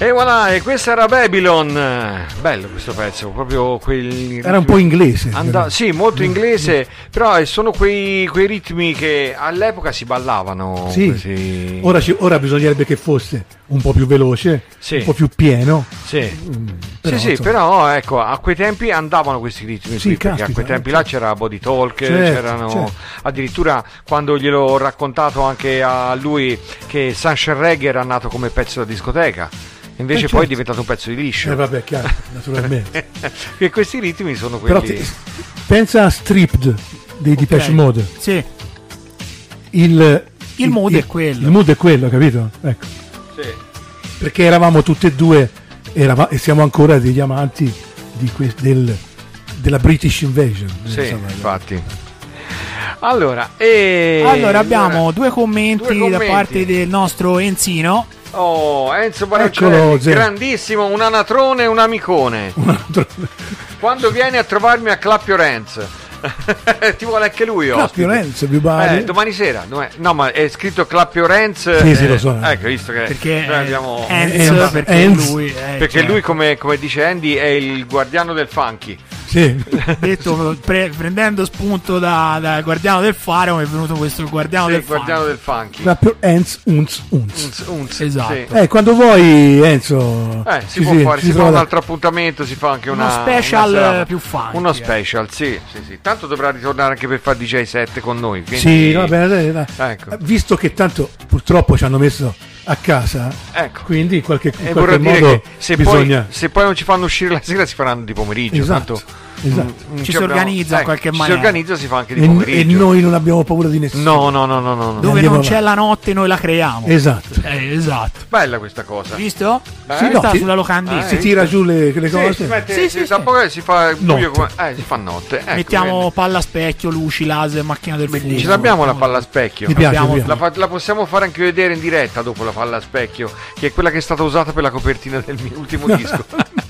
E voilà, e questa era Babylon. Bello questo pezzo, proprio quel Era un po' inglese. Anda- sì, molto inglese, però sono quei, quei ritmi che all'epoca si ballavano. Sì. così. Ora, ci- ora bisognerebbe che fosse un po' più veloce, Sì. un po' più pieno. Sì. Mm, Sì, sì, insomma, però ecco, a quei tempi andavano questi ritmi Sì, qui, perché a caspita, quei tempi eh, là certo. c'era Body Talk, Certo, c'erano certo. addirittura quando gliel'ho raccontato anche a lui che Sunshine Reggae era nato come pezzo da discoteca, invece Eh, poi è certo. diventato un pezzo di liscio. Eh, vabbè, chiaro, naturalmente. Che questi ritmi sono Però quelli. ti- pensa a Stripped dei Depeche Mode. Sì, Il, Il mood è quello. Il mood è quello, capito? Ecco. Sì. Perché eravamo tutti e due erava- e siamo ancora degli amanti di que- del- della British Invasion. Sì, insomma. infatti. Allora, e... allora abbiamo due commenti, due commenti. da parte del nostro Enzino. Oh, Enzo Eccolo, Baroncelli, Zé. grandissimo, un anatrone e un amicone. Un altro- Quando vieni a trovarmi a Clappio Renz? Ti vuole anche lui Clappio ospite. Renz, everybody. Eh, domani sera, domani- no, ma è scritto Clappio Renz. Sì, sì, eh, lo so. Ecco, visto che Perché noi abbiamo. Enz, Enz, perché Enz. lui eh, Perché cioè, lui, come, come dice Andy, è il guardiano del funky. Sì. detto, pre- prendendo spunto da, da Guardiano del Fare, mi è venuto questo Guardiano Sì, del il guardiano Fare. del funky. Clappio Enz, unz, unz. Unz, unz, Esatto. sì. Eh, quando vuoi, Enzo. Eh, si ci può fare, ci si fa trova un da- altro appuntamento, si fa anche una, Uno special, una serata. più funky, Uno eh. special, sì, sì, sì. Tanto dovrà ritornare anche per fare D J set con noi. Quindi... Sì, va bene, dai, dai. Ecco. Visto che tanto purtroppo ci hanno messo a casa, Ecco. quindi in qualche, in E qualche vorrei dire modo che se, bisogna. poi, se poi non ci fanno uscire la sera si faranno di pomeriggio. Esatto, Tanto, esatto. mm, Ci si abbiamo- organizza in ecco, qualche ci maniera. Si organizza, si fa anche di E, pomeriggio. e noi non abbiamo paura di nessuno. No, no, no, no, no, no. Dove Andiamo non c'è avanti. la notte noi la creiamo. Esatto. Eh, esatto. Bella questa cosa. Visto? Eh? Sì, no, Questa ti- sulla locandina. Eh, Si tira giù le, le Sì, cose. si mette, Sì, si, sì, sa sì. poco, si fa buio Notte. come, eh, si fa notte. Ecco, Mettiamo vedi. palla a specchio, luci, laser, macchina del fumo. Ce l'abbiamo la palla a specchio. Mi piace, Abbiamo- mi piace. La, fa- la possiamo fare anche vedere in diretta dopo la palla a specchio, che è quella che è stata usata per la copertina del mio ultimo disco.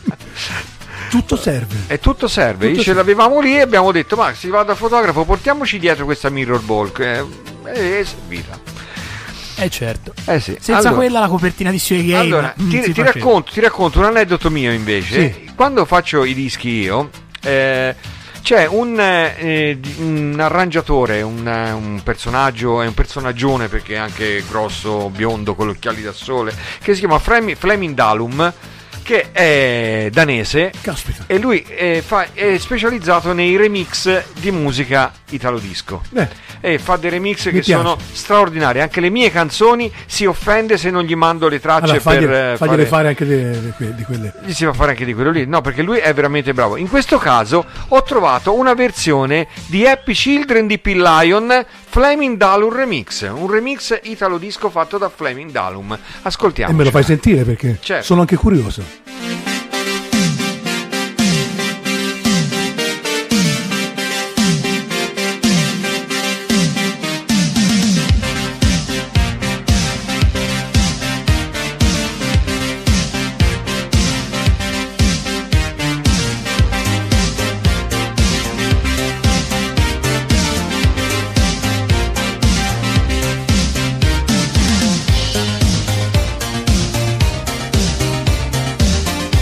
Tutto serve. E tutto serve. Tutto Ce serve. l'avevamo lì e abbiamo detto: ma si va da fotografo, portiamoci dietro questa mirror ball. che è- è servita. Eh certo. Eh sì. Senza Allora- quella la copertina di Suoi Game Allora, non ti, si ti faceva. racconto, ti racconto un aneddoto mio invece. Quando faccio i dischi io, eh, c'è un, eh, di- un arrangiatore, un, eh, un personaggio, è un personaggione perché è anche grosso, biondo, con gli occhiali da sole, che si chiama Flem- Fleming Dalum, che è danese. Caspita. E lui eh, fa- è specializzato nei remix di musica italo disco. Beh, E fa dei remix Mi che piace. sono straordinari. Anche le mie canzoni si offende se non gli mando le tracce allora, fagliele, per eh, fagliele fare- fare anche de- de- que- di quelle. gli si fa fare anche di quello lì. No, perché lui è veramente bravo. In questo caso ho trovato una versione di Happy Children di P. Lion, Flaming Dalum Remix. Un remix italo disco fatto da Flaming Dalum. Ascoltiamo. E me lo fai sentire perché Certo. sono anche curioso. Thank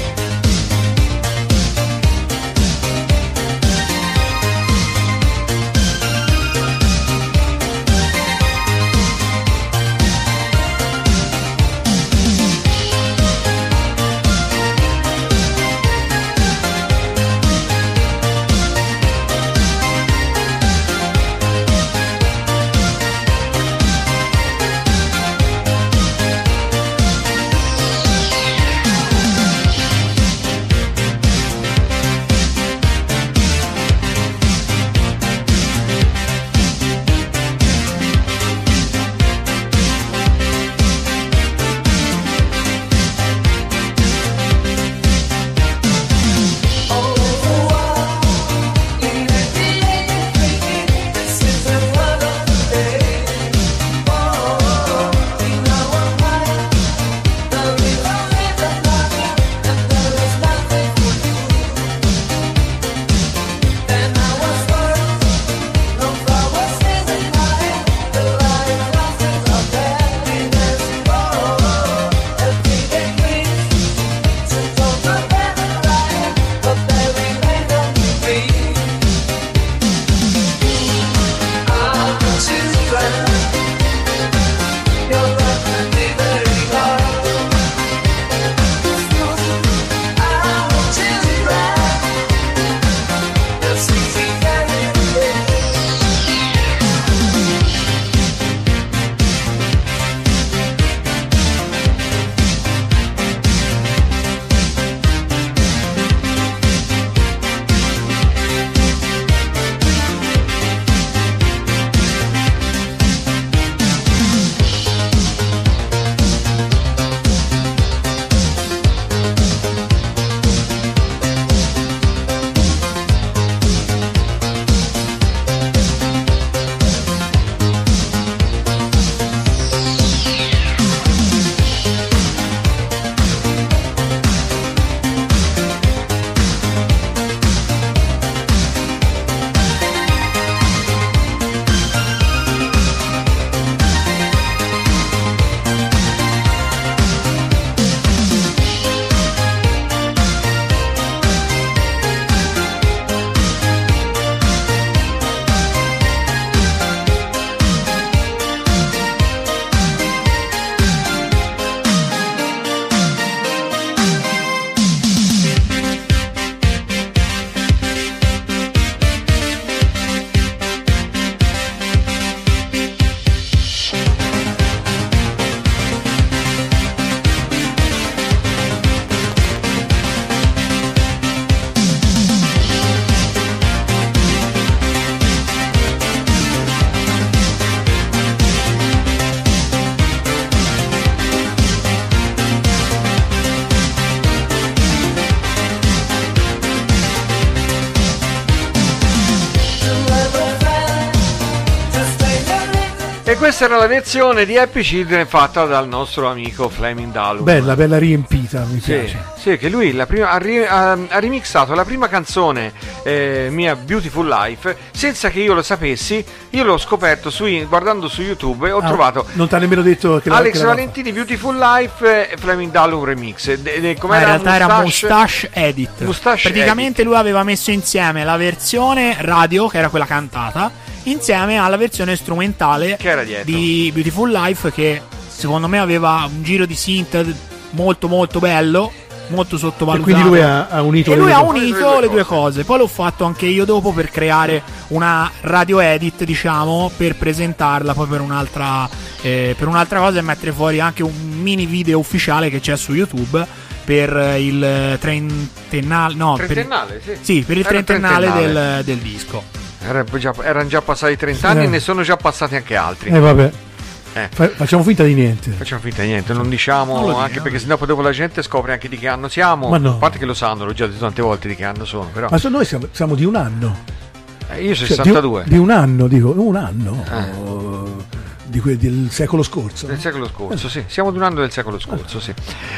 E questa era la versione di Happy Children fatta dal nostro amico Flaming Dalum. Bella, bella riempita, mi Sì, piace. sì, che lui la prima, ha, ri- ha- ha remixato la prima canzone eh, mia, Beautiful Life, senza che io lo sapessi. Io l'ho scoperto su, guardando su YouTube e ho Ah, trovato non ti ha nemmeno detto che la- Alex che la- Valentini Beautiful Life e Flaming Dalum remix. De- de- Ma com'era? in realtà era Mustache- Mustache Edit. Mustache Praticamente lui aveva messo insieme la versione radio, che era quella cantata, insieme alla versione strumentale Che era dietro. di Beautiful Life, che secondo me aveva un giro di synth molto molto bello, molto E sottovalutato. quindi lui ha, ha unito E lui le ha due- unito le due cose. Poi l'ho fatto anche io dopo per creare una radio edit, diciamo, per presentarla poi per un'altra, eh, per un'altra cosa, e mettere fuori anche un mini video ufficiale che c'è su YouTube per il trentennale. No, per, Trentennale, sì. sì, per il Era il trentennale, trentennale. Del, del disco. Era già- erano già passati trenta anni Sì. e ne sono già passati anche altri. Eh vabbè, Eh. Fa- facciamo finta di niente. Facciamo finta di niente, non diciamo, Non lo anche diciamo. perché sennò poi dopo la gente scopre anche di che anno siamo. Ma no. A parte che lo sanno, l'ho già detto tante volte di che anno sono, però. Ma se noi siamo, siamo di un anno. Eh, io Cioè, sessantadue. Di, di un anno, dico, un anno. Eh. oh, di que- del secolo scorso. Del secolo scorso, sì, siamo di un anno del secolo scorso, sì.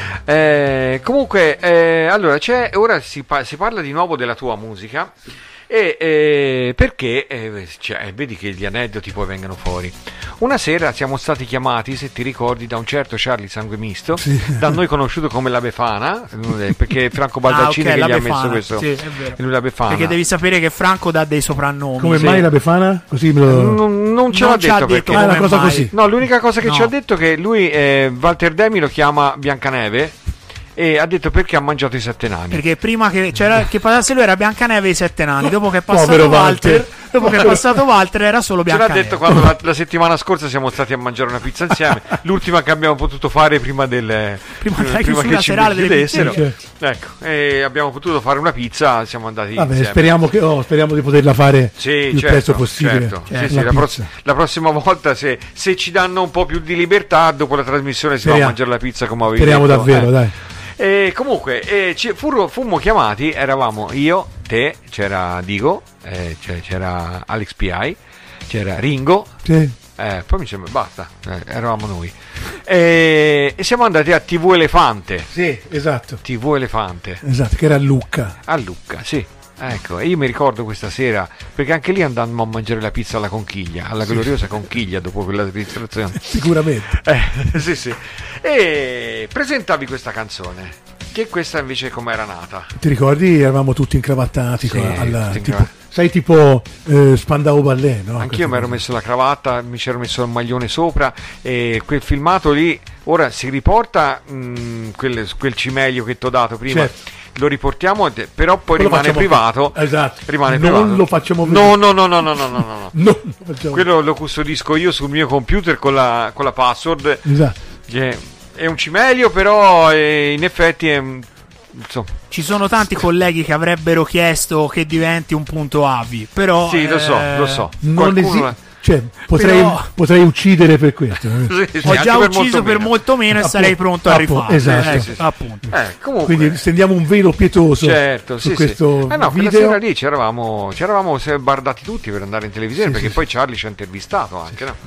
Eh, comunque, eh, allora, c'è, ora si, pa- si parla di nuovo della tua musica. E eh, perché eh, cioè, vedi che gli aneddoti poi vengono fuori. Una sera siamo stati chiamati, se ti ricordi, da un certo Charlie Sangue Misto, Sì. da noi conosciuto come la Befana, eh, perché Franco Baldaccini Ah, ok, che la gli ha Befana, messo questo, sì, è vero. e lui la Befana. Perché devi sapere che Franco dà dei soprannomi. Come Sì. mai la Befana? Così me lo... non, non ce Non l'ha ci ha detto detto perché Ah, è una come cosa mai. così. no, l'unica cosa che No. ci ha detto è che lui eh, Walter Demi lo chiama Biancaneve e ha detto perché ha mangiato i sette nani. Perché prima che, c'era, che passasse lui era Biancaneve e i sette nani. Dopo che è passato Povero Walter, Walter. dopo che è passato Walter era solo Ce l'ha Biancaneve. detto quando la, la settimana scorsa siamo stati a mangiare una pizza insieme, l'ultima che abbiamo potuto fare prima del Prima della prima chiusura che ci serale delle chiudessero. pizzerie. Ecco, e abbiamo potuto fare una pizza, siamo andati Vabbè, insieme. speriamo, che, oh, speriamo di poterla fare Sì, il più certo, presto possibile. certo. Eh, Sì, sì, la la, pizza. pross- la prossima volta se, se ci danno un po' più di libertà dopo la trasmissione si va a Speriamo. mangiare la pizza come avevi Speriamo detto. davvero, Eh. dai. E comunque eh, ci- furro- fummo chiamati, eravamo io, te, c'era Digo, eh, c'è- c'era Alex P I, c'era Ringo, Sì. eh, poi mi sembra basta, eh, eravamo noi. E, e siamo andati a T V Elefante, Sì, esatto. T V Elefante, Esatto, che era a Lucca. a Lucca, sì. Ecco, e io mi ricordo questa sera, perché anche lì andammo a mangiare la pizza alla conchiglia, alla gloriosa conchiglia dopo quella registrazione. Sicuramente. Eh, sì, sì. E presentavi questa canzone, che questa invece com'era nata? Ti ricordi? Eravamo tutti incravattati. Sì, con- alla- tutti tipo, incra- sai, tipo eh, Spandau Ballet, no? Anch'io mi ero messo la cravatta, mi c'ero messo il maglione sopra e quel filmato lì, ora si riporta mh, quel, quel cimelio che ti ho dato prima. Certo. Lo riportiamo, de- però poi Quello rimane facciamo- privato. Esatto. Rimane Non privato. lo facciamo vedere. No, no, no, no, no, no, no, no. Non lo facciamo. Quello lo custodisco io sul mio computer con la, con la password. Esatto. Che è un cimelio, però eh, in effetti è un- insomma. Ci sono tanti colleghi che avrebbero chiesto che diventi un punto avi, però Sì, lo so, eh, lo so. Non Qualcuno- esiste. Cioè, potrei, Però- potrei uccidere per questo. Sì, sì, ho anche già per ucciso molto per meno. molto meno e Appunto, sarei pronto a appunto, rifarlo. esatto. Ecco, Sì, sì, sì. appunto. Eh, comunque. Quindi stendiamo un velo pietoso Certo, su sì, questo sì. Eh no, quella video. sera lì c'eravamo, c'eravamo se- bardati tutti per andare in televisione, Sì, perché sì, poi Charlie ci ha intervistato anche, no?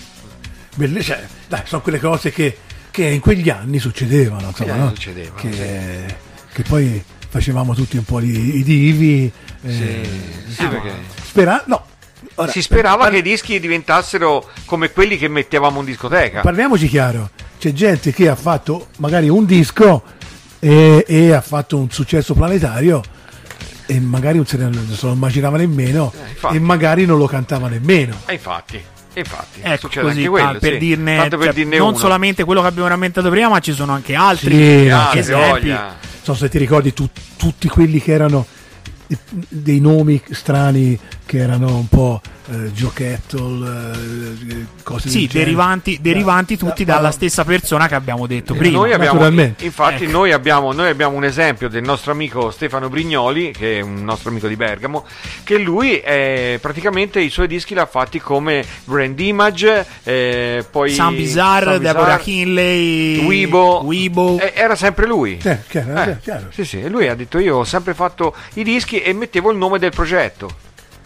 Belle- cioè, dai, sono quelle cose che, che in quegli anni succedevano, insomma, anni no? succedevano, che, sì. che poi facevamo tutti un po' i, i divi. eh, Sì, sì, perché spera- no, ora, si sperava par- che i dischi diventassero come quelli che mettevamo in discoteca. Parliamoci chiaro, c'è gente che ha fatto magari un disco e, e ha fatto un successo planetario e magari non se, ne, non se lo immaginava nemmeno Eh, infatti. e magari non lo cantava nemmeno. E infatti, e infatti Ecco, succede così, anche quello, ah, per sì. dirne, Tanto per cioè, dirne non uno. solamente quello che abbiamo rammentato prima, ma ci sono anche altri Sì, Ah, esempi. che voglia. Non so se ti ricordi tu- tutti quelli che erano eh, dei nomi strani che erano un po' eh, Joe eh, cose Sì, del genere. derivanti, derivanti Da- tutti da- dalla stessa persona che abbiamo detto Eh, prima. Noi abbiamo, naturalmente. infatti, Ecco. noi, abbiamo, noi abbiamo un esempio del nostro amico Stefano Brignoli, che è un nostro amico di Bergamo, che lui eh, praticamente i suoi dischi l'ha fatti come Brand Image, eh, poi Sam Bizarre, Sam Bizarre, Deborah Kinley, Weibo, Weibo. Eh, era sempre lui. Eh, chiaro, Eh, eh, chiaro. sì, sì, e lui ha detto io ho sempre fatto i dischi e mettevo il nome del progetto.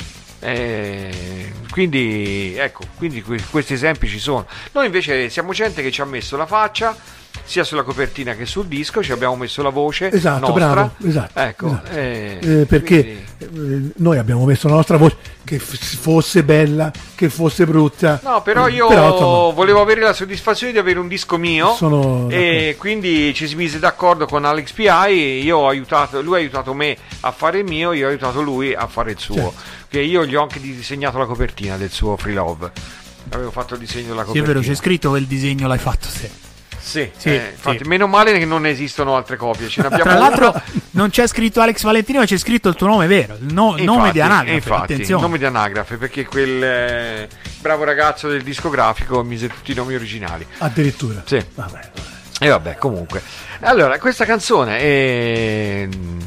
Eh, quindi ecco, quindi que- questi esempi ci sono. Noi invece siamo gente che ci ha messo la faccia sia sulla copertina che sul disco, ci abbiamo messo la voce Esatto, nostra. bravo, esatto, Ecco, esatto. eh, Eh, perché quindi- eh, noi abbiamo messo la nostra voce, che f- fosse bella, che fosse brutta. No, però io Però, insomma, volevo avere la soddisfazione di avere un disco mio Sono e quindi ci si mise d'accordo con Alex P I, io ho aiutato, lui ha aiutato me a fare il mio, io ho aiutato lui a fare il suo, Certo. che io gli ho anche disegnato la copertina del suo Free Love, avevo fatto il disegno della Sì, è copertina. vero, c'è scritto che il disegno l'hai fatto te. Sì, Sì, eh, infatti sì. meno male che non esistono altre copie, ce ne abbiamo Tra l'altro una. non c'è scritto Alex Valentini, ma c'è scritto il tuo nome vero, il no- Infatti, nome di anagrafe. infatti, Attenzione. nome di anagrafe, perché quel eh, bravo ragazzo del discografico mise tutti i nomi originali. addirittura. Sì. Vabbè, vabbè. E vabbè, comunque. Allora, questa canzone è...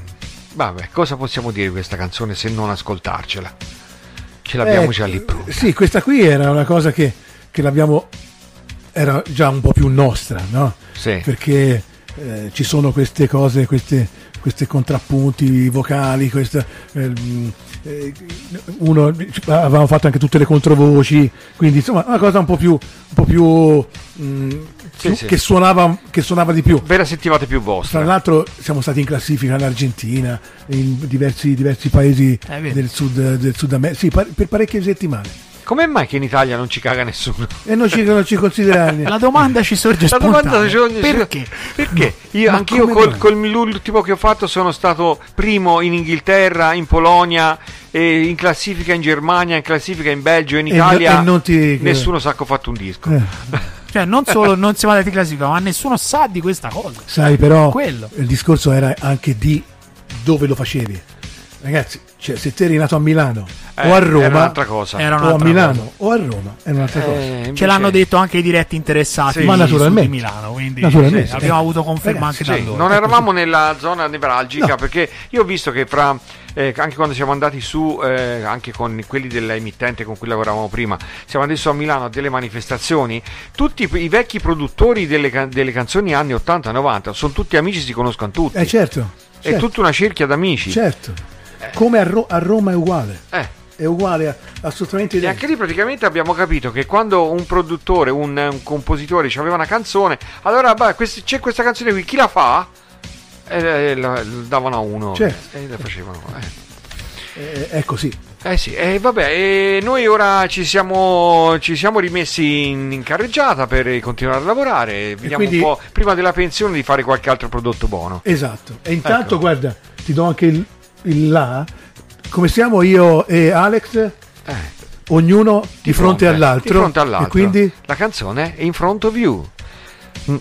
Vabbè, cosa possiamo dire di questa canzone se non ascoltarcela? Ce l'abbiamo Eh, già lì pronta. Sì, questa qui era una cosa che, che l'abbiamo, era già un po' più nostra, no? Sì. Perché eh, ci sono queste cose, queste, queste contrappunti vocali, questa, eh, eh, uno, avevamo fatto anche tutte le controvoci, quindi insomma una cosa un po' più, un po' più, mh, Sì, più- sì. che suonava, che suonava di più. Ve la sentivate più vostra. Tra l'altro siamo stati in classifica in Argentina, in diversi, diversi paesi Eh, vedi. del sud, del Sud America, sì, par- per parecchie settimane. Come mai che in Italia non ci caga nessuno? E non ci, non ci considerano. La domanda ci sorge La spontanea. domanda c'è- Perché? Perché? Io, Ma anch'io come col, mai? col l'ultimo che ho fatto sono stato primo in Inghilterra, in Polonia, e in classifica in Germania, in classifica in Belgio, in E no- Italia. e non ti- Nessuno sa che ho fatto un disco. Eh, Cioè, non solo non siamo andati in classifica, ma nessuno sa di questa cosa. sai, però Quello. il discorso era anche di dove lo facevi. Ragazzi, cioè, se te eri nato a Milano Eh, o a era Roma, un'altra cosa. Era o a un'altra Milano cosa. o a Roma, è un'altra cosa. Eh, Ce invece- l'hanno detto anche i diretti interessati Sì. Ma su naturalmente. di Milano, quindi Naturalmente. sì, abbiamo Eh, avuto conferma ragazzi, anche da Sì, loro. non eravamo nella zona nevralgica, No. perché io ho visto che fra eh, anche quando siamo andati su eh, anche con quelli dell'emittente con cui lavoravamo prima, siamo andati su a Milano a delle manifestazioni, tutti i vecchi produttori delle, can- delle canzoni anni ottanta novanta sono tutti amici, si conoscono tutti, Eh certo, è certo, tutta una cerchia d'amici. certo. Come a, Ro- a Roma è uguale, Eh. è uguale, a- assolutamente E identico. anche lì praticamente abbiamo capito che quando un produttore, un, un compositore aveva una canzone, allora beh, quest- c'è questa canzone qui, chi la fa? E eh, la, la davano a uno Certo. e la facevano. Eh. Eh, è così. Eh sì, e vabbè, e noi ora ci siamo, ci siamo rimessi in, in carreggiata per continuare a lavorare, vediamo quindi- un po' prima della pensione di fare qualche altro prodotto buono. Esatto. E intanto, Ecco. guarda, ti do anche il, il là. Come siamo io e Alex, Eh, ognuno di, fronte, all'altro. Di fronte all'altro. E quindi la canzone è In Front of You. Mm.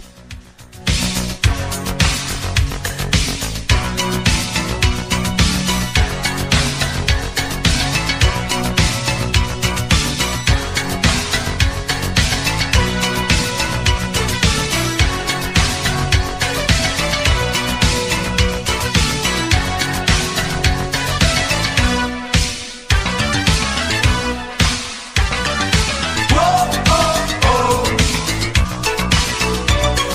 Whoa, oh, oh.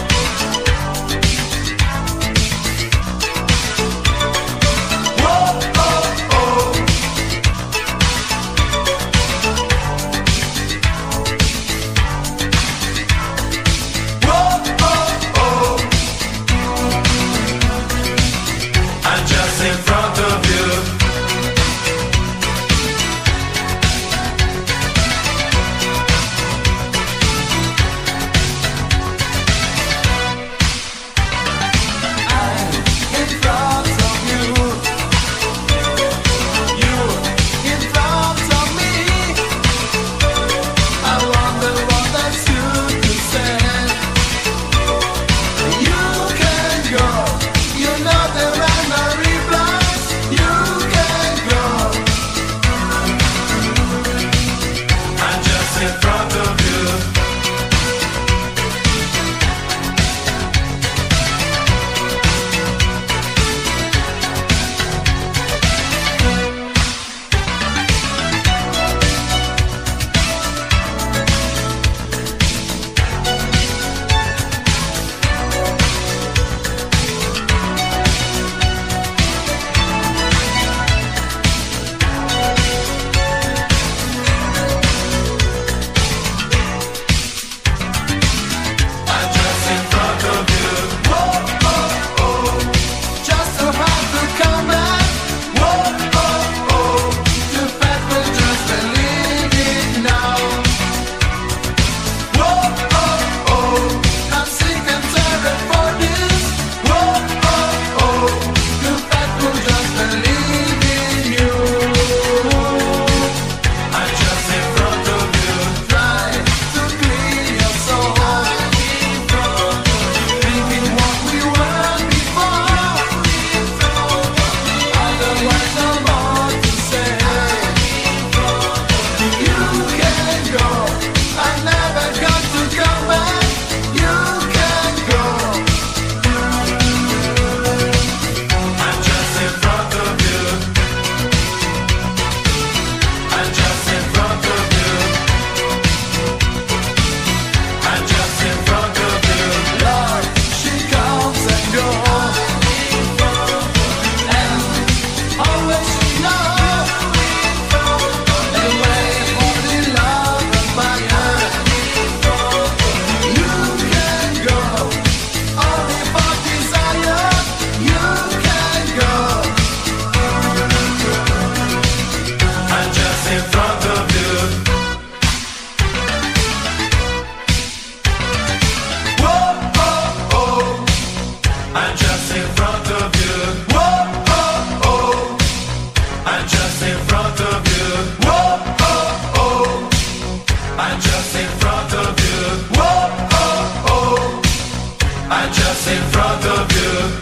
I'm just in front of you. Whoa, oh, oh. I'm just in front of you. Whoa, oh, oh. I'm just in front of you.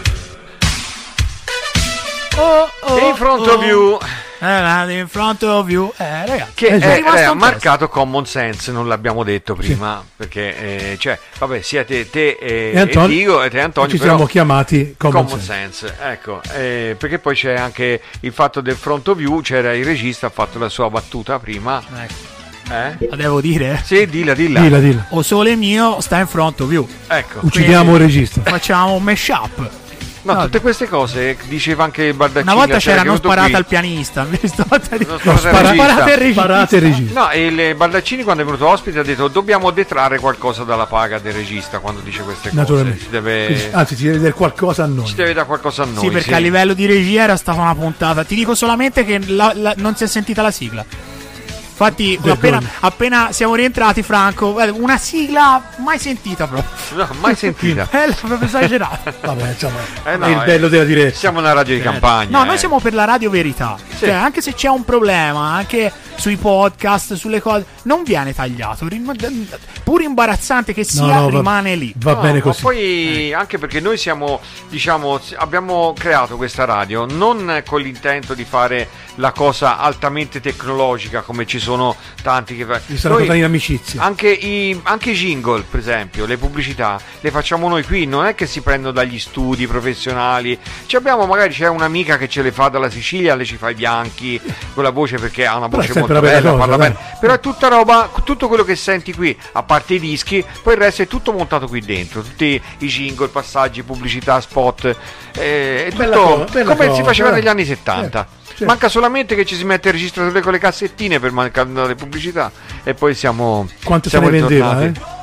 Oh, oh, In front oh. of you. Eh, in front of you. Eh, ragazzi, Che è è, rimasto è un testo. marcato common sense, non l'abbiamo detto prima, perché eh, cioè, vabbè, siete te e, E Antonio- e Digo e te Antonio, ci però siamo chiamati common, common sense. sense, ecco, eh, perché poi c'è anche il fatto del front of view, c'era il regista, ha fatto la sua battuta prima. Ecco. Eh? La devo dire? Sì, dilla, dilla. Dilla, dilla. O sole mio sta in front of you. Ecco. Uccidiamo il regista. Facciamo un mashup. No, No, tutte queste cose diceva anche il Bardaccini. Una volta la sera c'era che è non venuto sparata qui. al pianista, invece stavolta di- Non No, sparate al spara- regista. sparate al regista. Sparate il regista. No, e il Bardaccini quando è venuto ospite ha detto dobbiamo detrarre qualcosa dalla paga del regista quando dice queste cose. Naturalmente. Si deve, Quindi, anzi, ci deve dire qualcosa a noi. ci deve dare qualcosa a noi. Sì, perché sì. a livello di regia era stata una puntata. Ti dico solamente che la- la- non si è sentita la sigla. Infatti, Vergogna. appena, appena siamo rientrati, Franco, eh, una sigla mai sentita proprio. No, mai sentita. Eh, proprio esagerata. Vabbè, insomma, Eh no, è il eh, bello della diretta. Siamo una radio di campagna. No, eh. noi siamo per la radio verità. Cioè, anche se c'è un problema, anche sui podcast, sulle cose, non viene tagliato. Rim- Pur imbarazzante che sia, No, no, va- rimane lì. Va No, bene ma così. poi anche perché noi siamo, diciamo, abbiamo creato questa radio non con l'intento di fare la cosa altamente tecnologica come ci sono tanti che fa- Mi stanno Noi- portando in amicizia. Anche i, anche i jingle, per esempio, le pubblicità le facciamo noi qui, non è che si prendono dagli studi professionali. Ci abbiamo, magari c'è un'amica che ce le fa dalla Sicilia, le ci fa i bianchi con la voce perché ha una Però è voce sempre molto una bella bella, cosa, parla dai. bene. Però è tutta roba, tutto quello che senti qui, a parte i dischi, poi il resto è tutto montato qui dentro, tutti i jingle, passaggi, pubblicità, spot, eh, è Bella tutto cosa, bella come si cosa, faceva eh. negli anni settanta. Certo, certo. Manca solamente che ci si mette il registratore con le cassettine per mancare le pubblicità e poi siamo Quanto siamo se ne vendeva, ritornati. eh?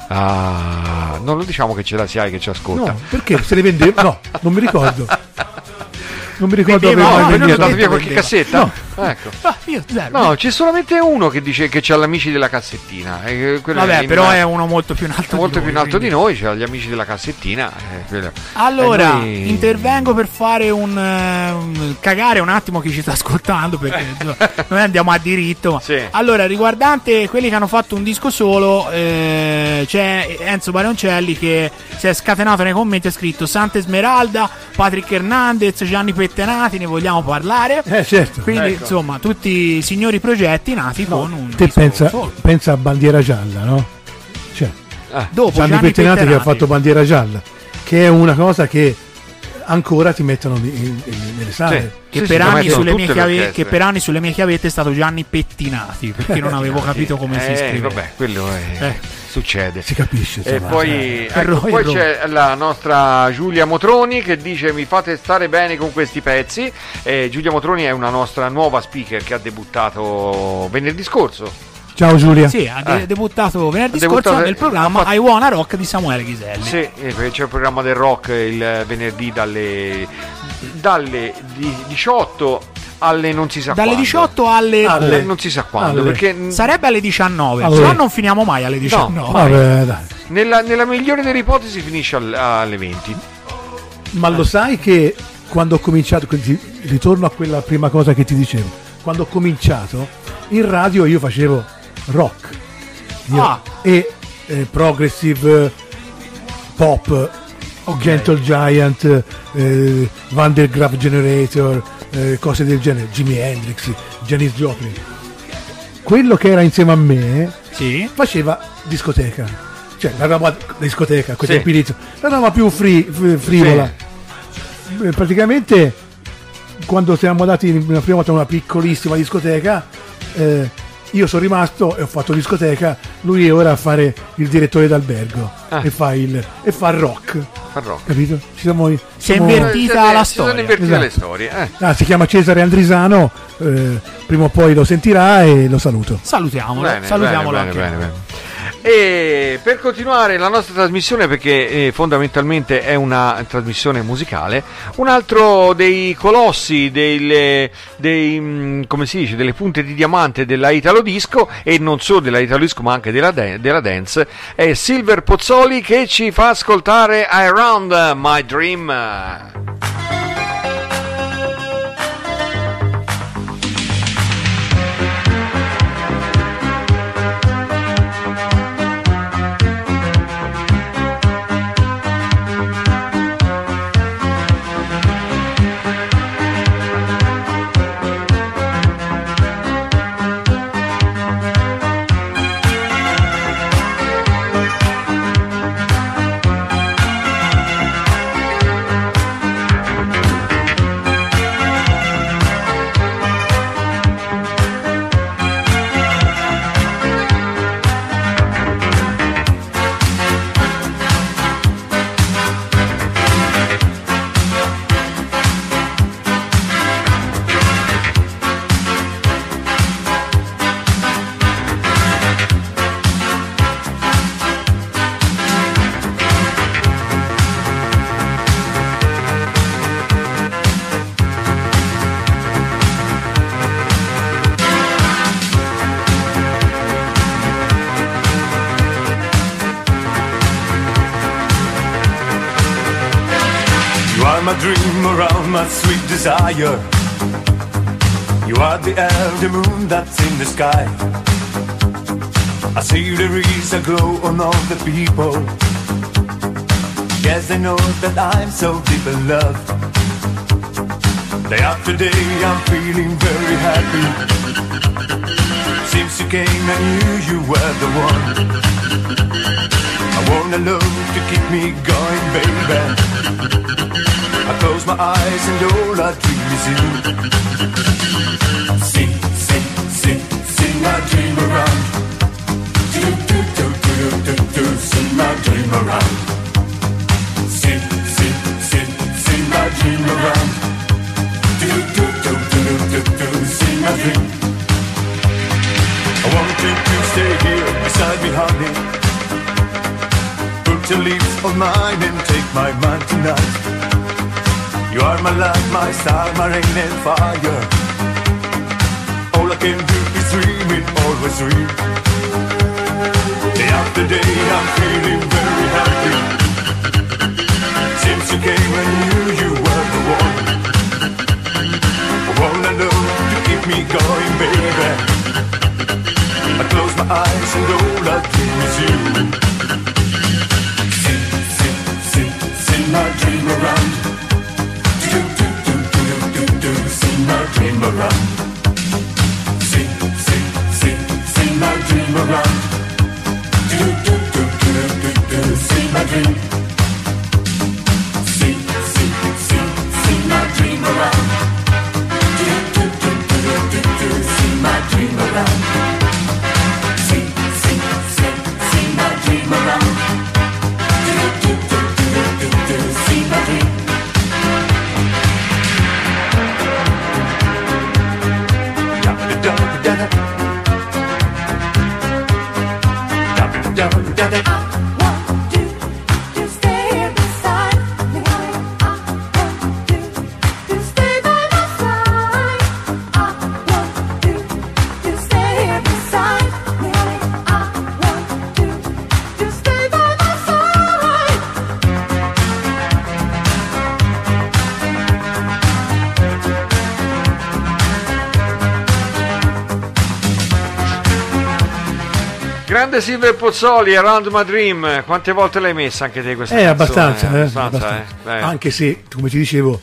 Ah, non lo diciamo che ce la si hai che ci ascolta. No, perché se ne vendeva? No, non mi ricordo. Non mi ricordo Vendeva, avevo no, mai non È ho venduto. andato detto via qualche vendeva. cassetta? Ecco. Ah, io zero. No, c'è solamente uno che dice che c'ha gli amici della cassettina. E quello Vabbè, in- però è uno molto più in alto molto di più noi, in alto di quindi- noi, c'ha gli amici della cassettina. eh, quello. Allora, E noi- intervengo per fare un, eh, un- cagare un attimo chi ci sta ascoltando perché insomma, noi andiamo a diritto. ma- Sì. Allora, riguardante quelli che hanno fatto un disco solo, eh, c'è Enzo Barioncelli che si è scatenato nei commenti e ha scritto Santa Esmeralda, Patrick Hernandez, Gianni Pettenati, ne vogliamo parlare? Eh, certo. Quindi, Ecco. insomma, tutti signori progetti nati con un Te disco pensa, solo. pensa a Bandiera Gialla, no? Cioè, Dopo Gianni, Gianni Pettenati che ha Pettenati. fatto Bandiera Gialla, che è una cosa che ancora ti mettono in- in- in- nelle sale. Che, Sì, per sì, lo anni mettono sulle tutte mie le chiave- orchestre. che per anni sulle mie chiavette è stato Gianni Pettinati perché non avevo capito come si Eh, scrive. vabbè, quello è- Eh. succede. Si capisce. E insomma, poi, cioè. ecco, Errore, poi errore. c'è la nostra Giulia Motroni che dice mi fate stare bene con questi pezzi. Eh, Giulia Motroni è una nostra nuova speaker che ha debuttato venerdì scorso. Ciao Giulia. Sì, ha de- Eh. debuttato venerdì Ha debuttato- scorso nel programma ha fatto- I Wanna Rock di Samuele Ghiselli. Sì, eh, c'è il programma del rock il venerdì dalle, dalle di- diciotto alle non si sa Dalle quando. diciotto alle... Alle non si sa quando, Alle. perché n- Sarebbe alle diciannove, Allora. se no non finiamo mai alle diciannove. Vabbè, dai. nella, nella migliore delle ipotesi finisce al- alle venti. Ma lo sai che quando ho cominciato, quindi ritorno a quella prima cosa che ti dicevo, quando ho cominciato in radio io facevo rock. Io- Ah. e eh, progressive, pop, Gentle Giant, eh, Van der Graaf Generator, eh, cose del genere, Jimi Hendrix, Janis Joplin. Quello che era insieme a me Sì. faceva discoteca, cioè la roba discoteca, a quei Sì. tempi lì, la roba più fri- fri- frivola. Eh, Praticamente quando siamo andati in una prima volta in una piccolissima discoteca, eh, io sono rimasto e ho fatto discoteca, lui è ora a fare il direttore d'albergo Ah. e fa il e fa il rock, Al rock. capito? Ci siamo, Si è siamo- invertita Eh, la si sono storia. invertite Esatto. le storie. eh. Ah, si chiama Cesare Andrisano, eh, prima o poi lo sentirà e lo saluto. Salutiamolo, Bene, salutiamolo bene, anche. bene, bene. E per continuare la nostra trasmissione, perché eh, fondamentalmente è una trasmissione musicale, un altro dei colossi, dei, dei, mm, come si dice, delle punte di diamante della Italo Disco, e non solo della Italo Disco ma anche della, de- della dance, è Silver Pozzoli che ci fa ascoltare Around My Dream. my dream around my sweet desire. You are the air, the moon that's in the sky. I see there is a glow on all the people. Yes, I know that I'm so deep in love. Day after day I'm feeling very happy. Since you came I knew you were the one. I want a love to keep me going, baby. I close my eyes and all I dream is you. Sing, sing, sing, sing my dream around. Do, do, do, do, do, do, sing my dream around. Sing, sing, sing, sing my dream around. Do, do, do, do, do, do, sing my dream. I want you to stay here beside me, honey. Put your lips on mine and take my mind tonight. You are my light, my star, my rain and fire. All I can do is dream it, always dream. Day after day I'm feeling very happy. Since you came I knew you were the one. I wanna know to keep me going, baby. I close my eyes and all I dream is you. Sing, sing, sing, sing my dream around. Do, do, do, do, do, do, sing my dream around. Sing, sing, sing, sing my dream around. Do, do, do, do, do, do, sing my dream. Sing, sing, sing, sing my dream around. Do, do, do, do, do, do, sing my dream around. Sing, sing, sing, sing my dream around. Do, do, do, do, do, do, sing my dream. Grande Silver Pozzoli, Around My Dream, quante volte l'hai messa anche te questa Eh, canzone? abbastanza, eh, abbastanza, abbastanza. eh. Eh. Anche se, come ti dicevo,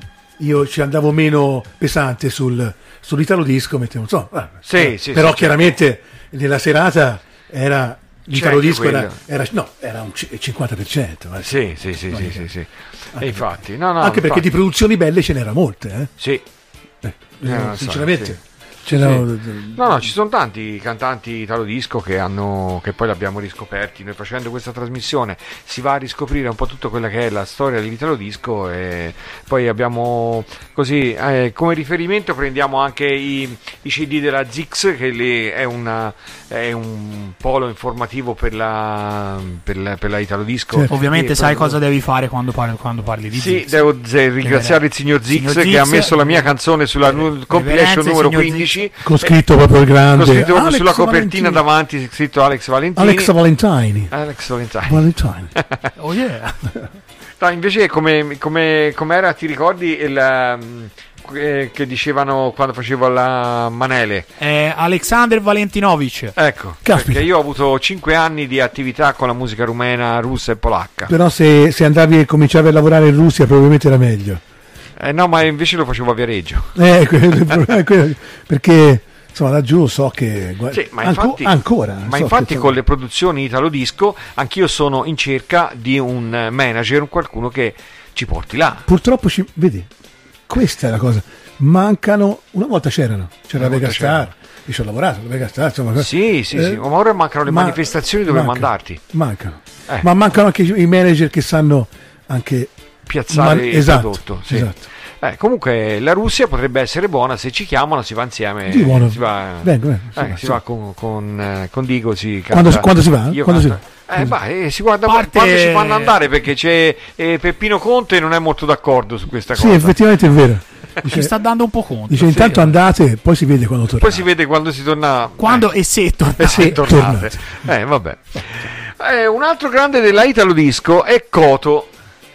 io ci andavo meno pesante sul, sull'italo disco, mettevo, so, eh, Sì, eh, sì, però sì, chiaramente nella serata era l'italo anche disco era, quello. era, no, era un c- cinquanta per cento. Eh. Sì, sì, sì, sì, sì, sì. E infatti, no, no, Anche perché infatti. di produzioni belle ce n'era molte, eh. Sì. Eh, Eh, lo so, sinceramente. sì. C'erano- Sì. No, no, ci sono tanti cantanti italo disco che hanno che poi l'abbiamo riscoperti. Noi facendo questa trasmissione si va a riscoprire un po' tutta quella che è la storia dell'italo disco e poi abbiamo così eh, come riferimento prendiamo anche i, i C D della Zix, che lì è, una, è un polo informativo per la per la, per la italo disco. Certo. Ovviamente E sai proprio- cosa devi fare quando parli, quando parli di Sì, Zix. devo z- ringraziare il signor Zix, Signor che ha Zix, messo la mia canzone sulla nu- reverenze, compilation numero signor quindici. Con scritto proprio il grande Con scritto proprio Alex sulla copertina Valentini. davanti scritto Alex Valentini. Alex Valentini. Alex Valentini. Valentini. Oh yeah. No, invece come, come, come era, ti ricordi il, um, eh, che dicevano quando facevo la Manele? Eh, Alexander Valentinovic. Ecco, Caspita. perché io ho avuto cinque anni di attività con la musica rumena, russa e polacca. Però se, se andavi e cominciavi a lavorare in Russia probabilmente era meglio. Eh, no, ma invece lo facevo a Viareggio. Eh, quello- il problema è quello, perché insomma laggiù so che gua- Sì, ma anco- infatti, ancora ma so infatti che- con le produzioni Italo Disco anch'io sono in cerca di un manager, un qualcuno che ci porti là. purtroppo ci vedi, questa è la cosa, mancano, una volta c'erano, c'era Una la Vega volta Star, io ci ho lavorato, la Vega Star, insomma, Sì, sì, eh, sì, ma ora mancano le ma- manifestazioni dove manca- mandarti. mancano, Eh. ma mancano anche i manager che sanno anche Piazzare man- il esatto, prodotto. Sì. esatto. Eh, comunque la Russia potrebbe essere buona, se ci chiamano si va insieme. Sì, buono. Si va, Vengo, vengo, sì, eh, sì. si va con, con, eh, con Digo. Si Quando- canta- quando si va? Io Quando canto- Eh, bah, eh, si guarda Parte- quando ci fanno andare, perché c'è eh, Peppino Conte non è molto d'accordo su questa Sì, cosa. effettivamente è vero. Ci Dice, sta dando un po' conto. dice sì. intanto andate, poi si vede quando tornate. Poi si vede quando si torna. Quando e se tornate. Eh, sì, Sì, tornate. Eh, vabbè. Eh, un altro grande della Italo Disco è Coto.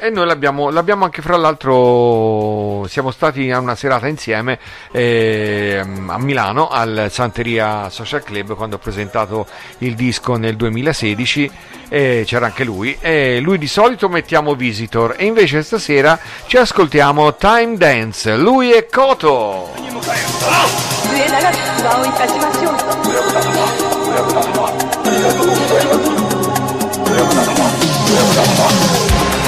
E noi l'abbiamo, l'abbiamo anche, fra l'altro, siamo stati a una serata insieme eh, a Milano al Santeria Social Club quando ho presentato il disco nel duemilasedici, e c'era anche lui. E lui di solito mettiamo Visitor, e invece stasera ci ascoltiamo Time Dance. Lui è Koto. 末永き不安をいたしましょう。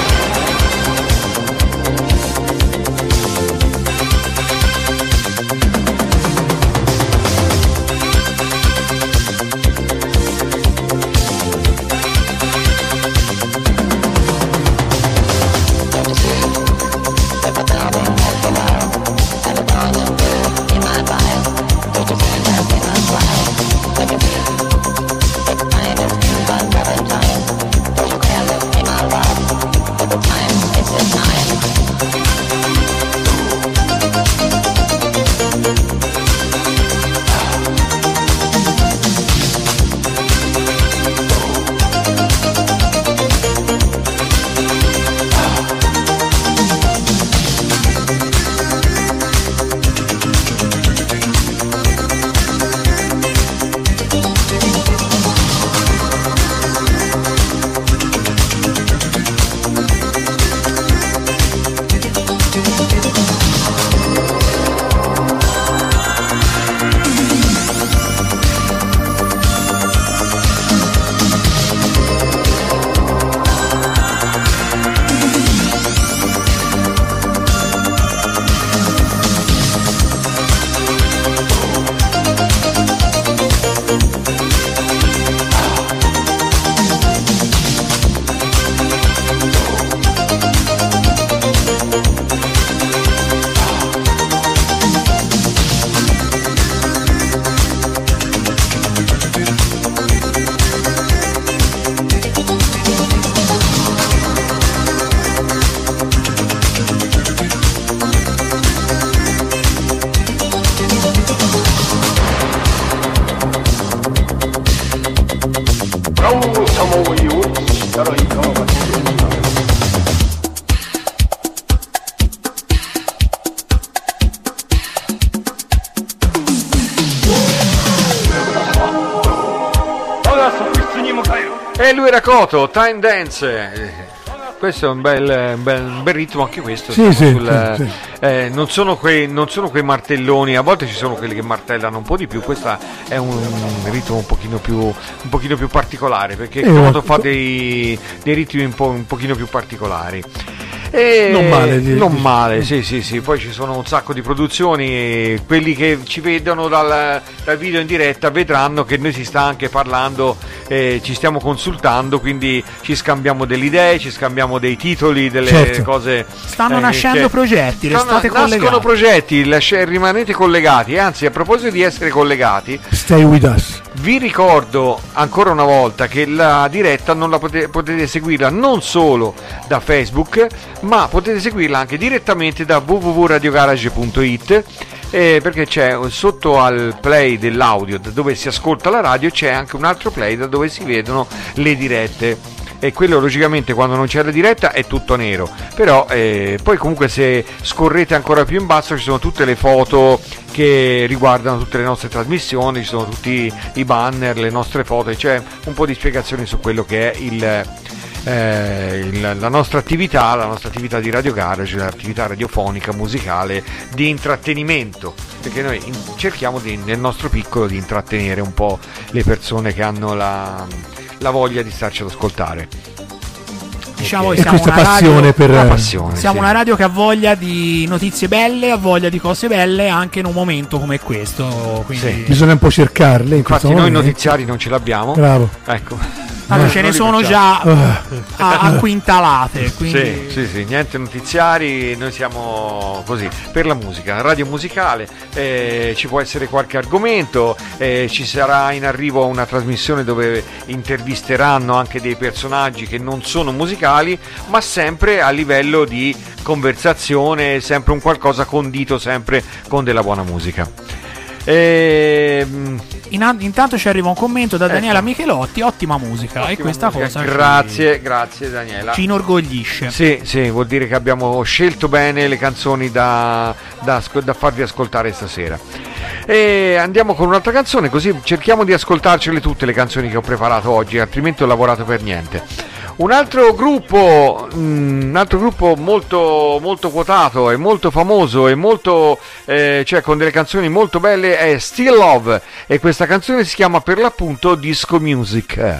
E lui era Koto, Time Dance. Questo è un bel, un bel, un bel ritmo anche questo. Sì, sì, sul, sì, sì. Eh, non, sono quei, non sono quei martelloni, a volte ci sono quelli che martellano un po' di più. Questo è un ritmo un pochino più, un pochino più particolare, perché Eh, Koto ma- fa dei, dei ritmi un, po', un pochino più particolari. E Non male, di- non di- male, sì, sì, sì. Poi ci sono un sacco di produzioni, e quelli che ci vedono dal, dal video in diretta vedranno che noi si sta anche parlando, eh, ci stiamo consultando, quindi ci scambiamo delle idee, ci scambiamo dei titoli, delle Certo. cose. Stanno eh, nascendo che- progetti, Stanno- restate nascono collegati. progetti, lascia- rimanete collegati. E anzi, a proposito di essere collegati, Stay with us. vi ricordo ancora una volta che la diretta non la pote- potete seguirla non solo da Facebook, ma potete seguirla anche direttamente da w w w punto radio garage punto it, eh, perché c'è sotto al play dell'audio, da dove si ascolta la radio, c'è anche un altro play da dove si vedono le dirette. E quello logicamente quando non c'è la diretta è tutto nero, però eh, poi comunque se scorrete ancora più in basso ci sono tutte le foto che riguardano tutte le nostre trasmissioni, ci sono tutti i banner, le nostre foto, e c'è un po' di spiegazioni su quello che è il, eh, il- la nostra attività, la nostra attività di Radio Garage, l'attività radiofonica, musicale, di intrattenimento, perché noi in- cerchiamo di, nel nostro piccolo di intrattenere un po' le persone che hanno la, la voglia di starci ad ascoltare. Diciamo che E siamo questa una passione radio, per La passione, siamo sì. una radio che ha voglia di notizie belle, ha voglia di cose belle anche in un momento come questo. Quindi Sì. Bisogna un po' cercarle in Infatti questo noi momento. notiziari non ce l'abbiamo. Bravo. Ecco. tanto ce ne Noi li sono facciamo. già a, a quintalate. Quindi Sì, sì, sì, niente notiziari, noi siamo così, per la musica, radio musicale, eh, ci può essere qualche argomento, eh, ci sarà in arrivo una trasmissione dove intervisteranno anche dei personaggi che non sono musicali, ma sempre a livello di conversazione, sempre un qualcosa condito, sempre con della buona musica. Ehm, In, intanto ci arriva un commento da Daniela Ecco. Michelotti, ottima musica. Ottima e questa musica. cosa Grazie, ci, grazie Daniela. ci inorgoglisce. Sì, sì, vuol dire che abbiamo scelto bene le canzoni da, da, asco- da farvi ascoltare stasera. E andiamo con un'altra canzone, così cerchiamo di ascoltarcele tutte le canzoni che ho preparato oggi, altrimenti ho lavorato per niente. Un altro gruppo, mm, un altro gruppo molto, molto quotato e molto famoso e molto, eh, cioè con delle canzoni molto belle è Still Love, e questa canzone si chiama per l'appunto Disco Music.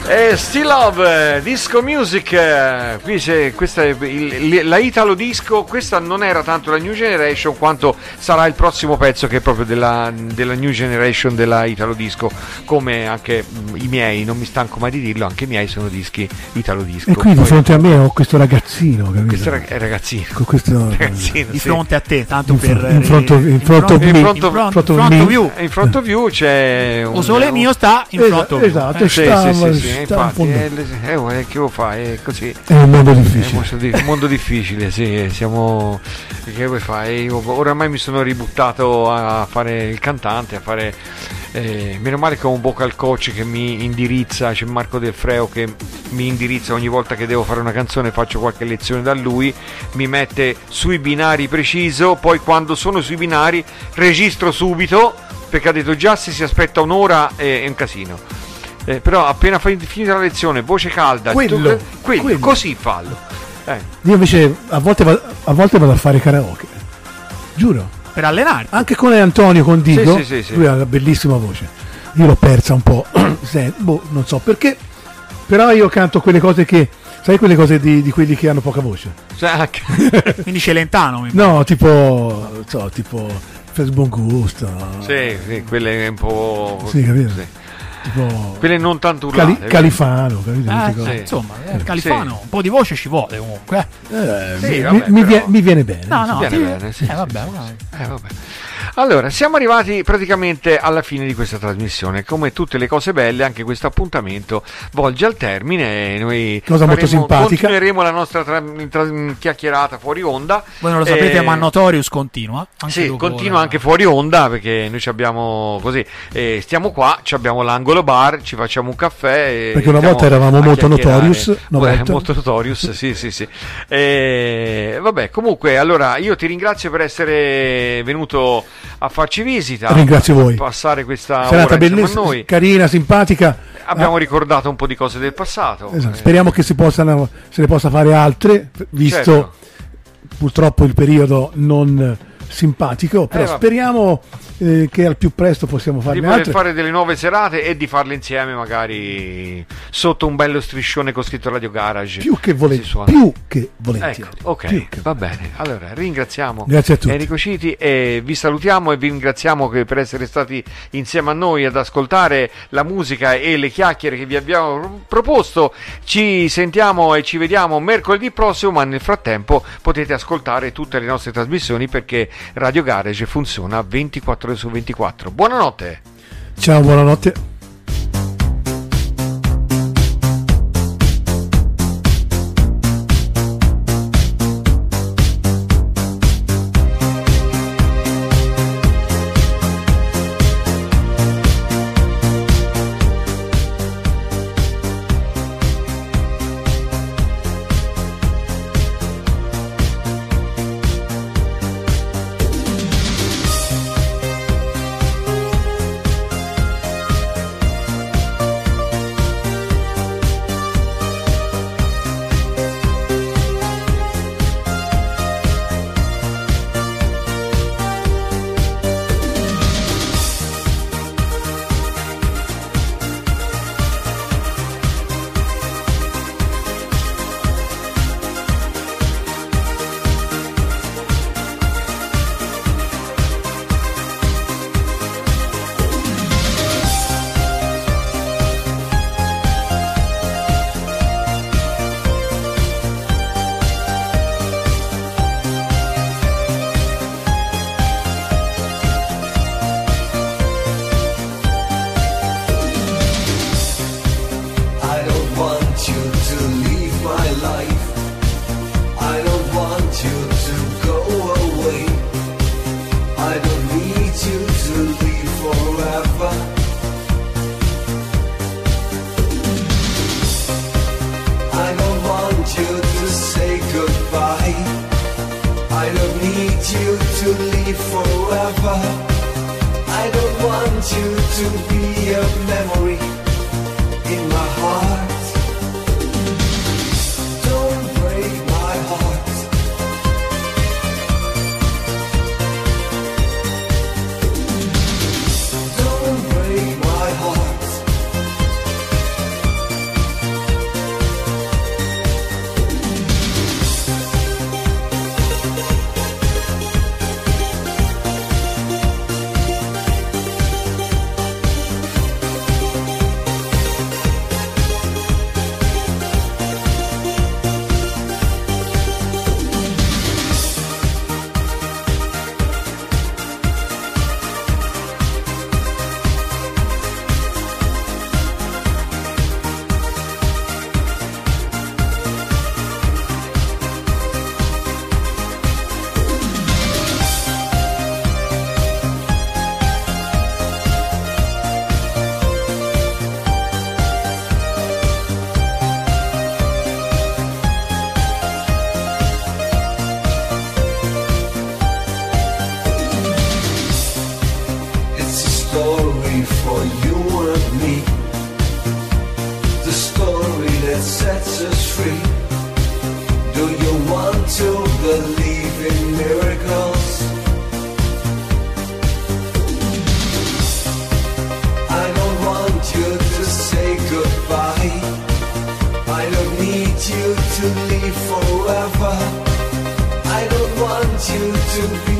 Eh, Still Love, Disco Music, eh, qui c'è, questa è il, la Italo Disco. Questa non era tanto la New Generation quanto sarà il prossimo pezzo, che è proprio della, della New Generation della Italo Disco, come anche mh, i miei, non mi stanco mai di dirlo, anche i miei sono dischi Italo Disco. E qui di fronte a me ho questo ragazzino, capito? Questo rag- è ragazzino, con questo ragazzino di sì. fronte a te, tanto in, per in front of, in front of in me, front of, in front, front of front me. of you. in front of you c'è un O sole mio sta in front of you. Esatto, Eh, sì, sta, sì, sì, sì, sta infatti, un po'. eh, eh, che lo fai? È così. È un mondo È difficile. un mondo difficile, sì, siamo. Che vuoi fare? Io oramai mi sono ributtato a fare il cantante, a fare. Eh, meno male che ho un vocal coach che mi indirizza, c'è Marco Del Freo che mi indirizza ogni volta che devo fare una canzone, faccio qualche lezione da lui, mi mette sui binari preciso, poi quando sono sui binari registro subito, perché ha detto già se si aspetta un'ora è, è un casino. Eh, però appena fai finita la lezione, voce calda, Quello, tu, quello, quello. così fallo. Eh. Io invece a volte, va- a volte vado a fare karaoke, giuro. Per allenarti. Anche con Antonio Condigo, Sì, sì, sì, sì. lui ha una bellissima voce. Io l'ho persa un po', se- boh, non so perché, però io canto quelle cose che, sai, quelle cose di, di quelli che hanno poca voce. Cioè, anche- Quindi Celentano. mi- No, tipo, non so, tipo Fes Buon Gusto. sì, sì, quelle un po'. Sì, capito? sì. Tipo Quelle non tanto urlate. Cali- Califano, capito? Eh, Queste cose. sì. Insomma, eh, Califano, un po' di voce ci vuole comunque. eh. Eh, Sì, mi, vabbè, mi però- vie- mi viene bene. No, no, viene ti- bene, sì, eh, sì, vabbè, sì, vabbè. Eh, vabbè. Allora, siamo arrivati praticamente alla fine di questa trasmissione. Come tutte le cose belle, anche questo appuntamento volge al termine. Noi Cosa molto simpatica. continueremo la nostra tra- tra- chiacchierata fuori onda. Voi non lo sapete, Eh, ma Notorious continua. Anche Sì, dopo continua la- anche fuori onda, perché noi ci abbiamo così, eh, stiamo qua, ci abbiamo l'angolo bar, ci facciamo un caffè. e Perché una stiamo volta eravamo a molto chiacchierare. notorious, una Beh, volta. molto notorious, sì, sì, sì. Eh, vabbè, comunque, allora io ti ringrazio per essere venuto a farci visita. Ringrazio voi. Passare questa Serata ora insieme a bellissima, noi. carina, simpatica. Abbiamo Ah, ricordato un po' di cose del passato. esatto. Eh, Speriamo che si possano, se ne possa fare altre, visto Certo. purtroppo il periodo non simpatico, però Eh, vabbè. speriamo eh, che al più presto possiamo di farne poter altre. fare delle nuove serate e di farle insieme, magari sotto un bello striscione con scritto Radio Garage. Più che Si volentieri. suona. Più che volentieri. Ecco, ok, Più che- va bene. Allora, ringraziamo Grazie a tutti. Enrico Citi e vi salutiamo e vi ringraziamo che per essere stati insieme a noi ad ascoltare la musica e le chiacchiere che vi abbiamo proposto. Ci sentiamo e ci vediamo mercoledì prossimo, ma nel frattempo potete ascoltare tutte le nostre trasmissioni, perché Radio Garage funziona ventiquattro ore su ventiquattro. Buonanotte. Ciao, buonanotte. I don't want you to leave my life. I don't want you to go away. I don't need you to leave forever. I don't want you to say goodbye. I don't need you to leave forever. I don't want you to be a memory in my heart. Don't break my heart. Don't break my heart. that sets us free. Do you want to believe in miracles? I don't want you to say goodbye. I don't need you to leave forever. I don't want you to be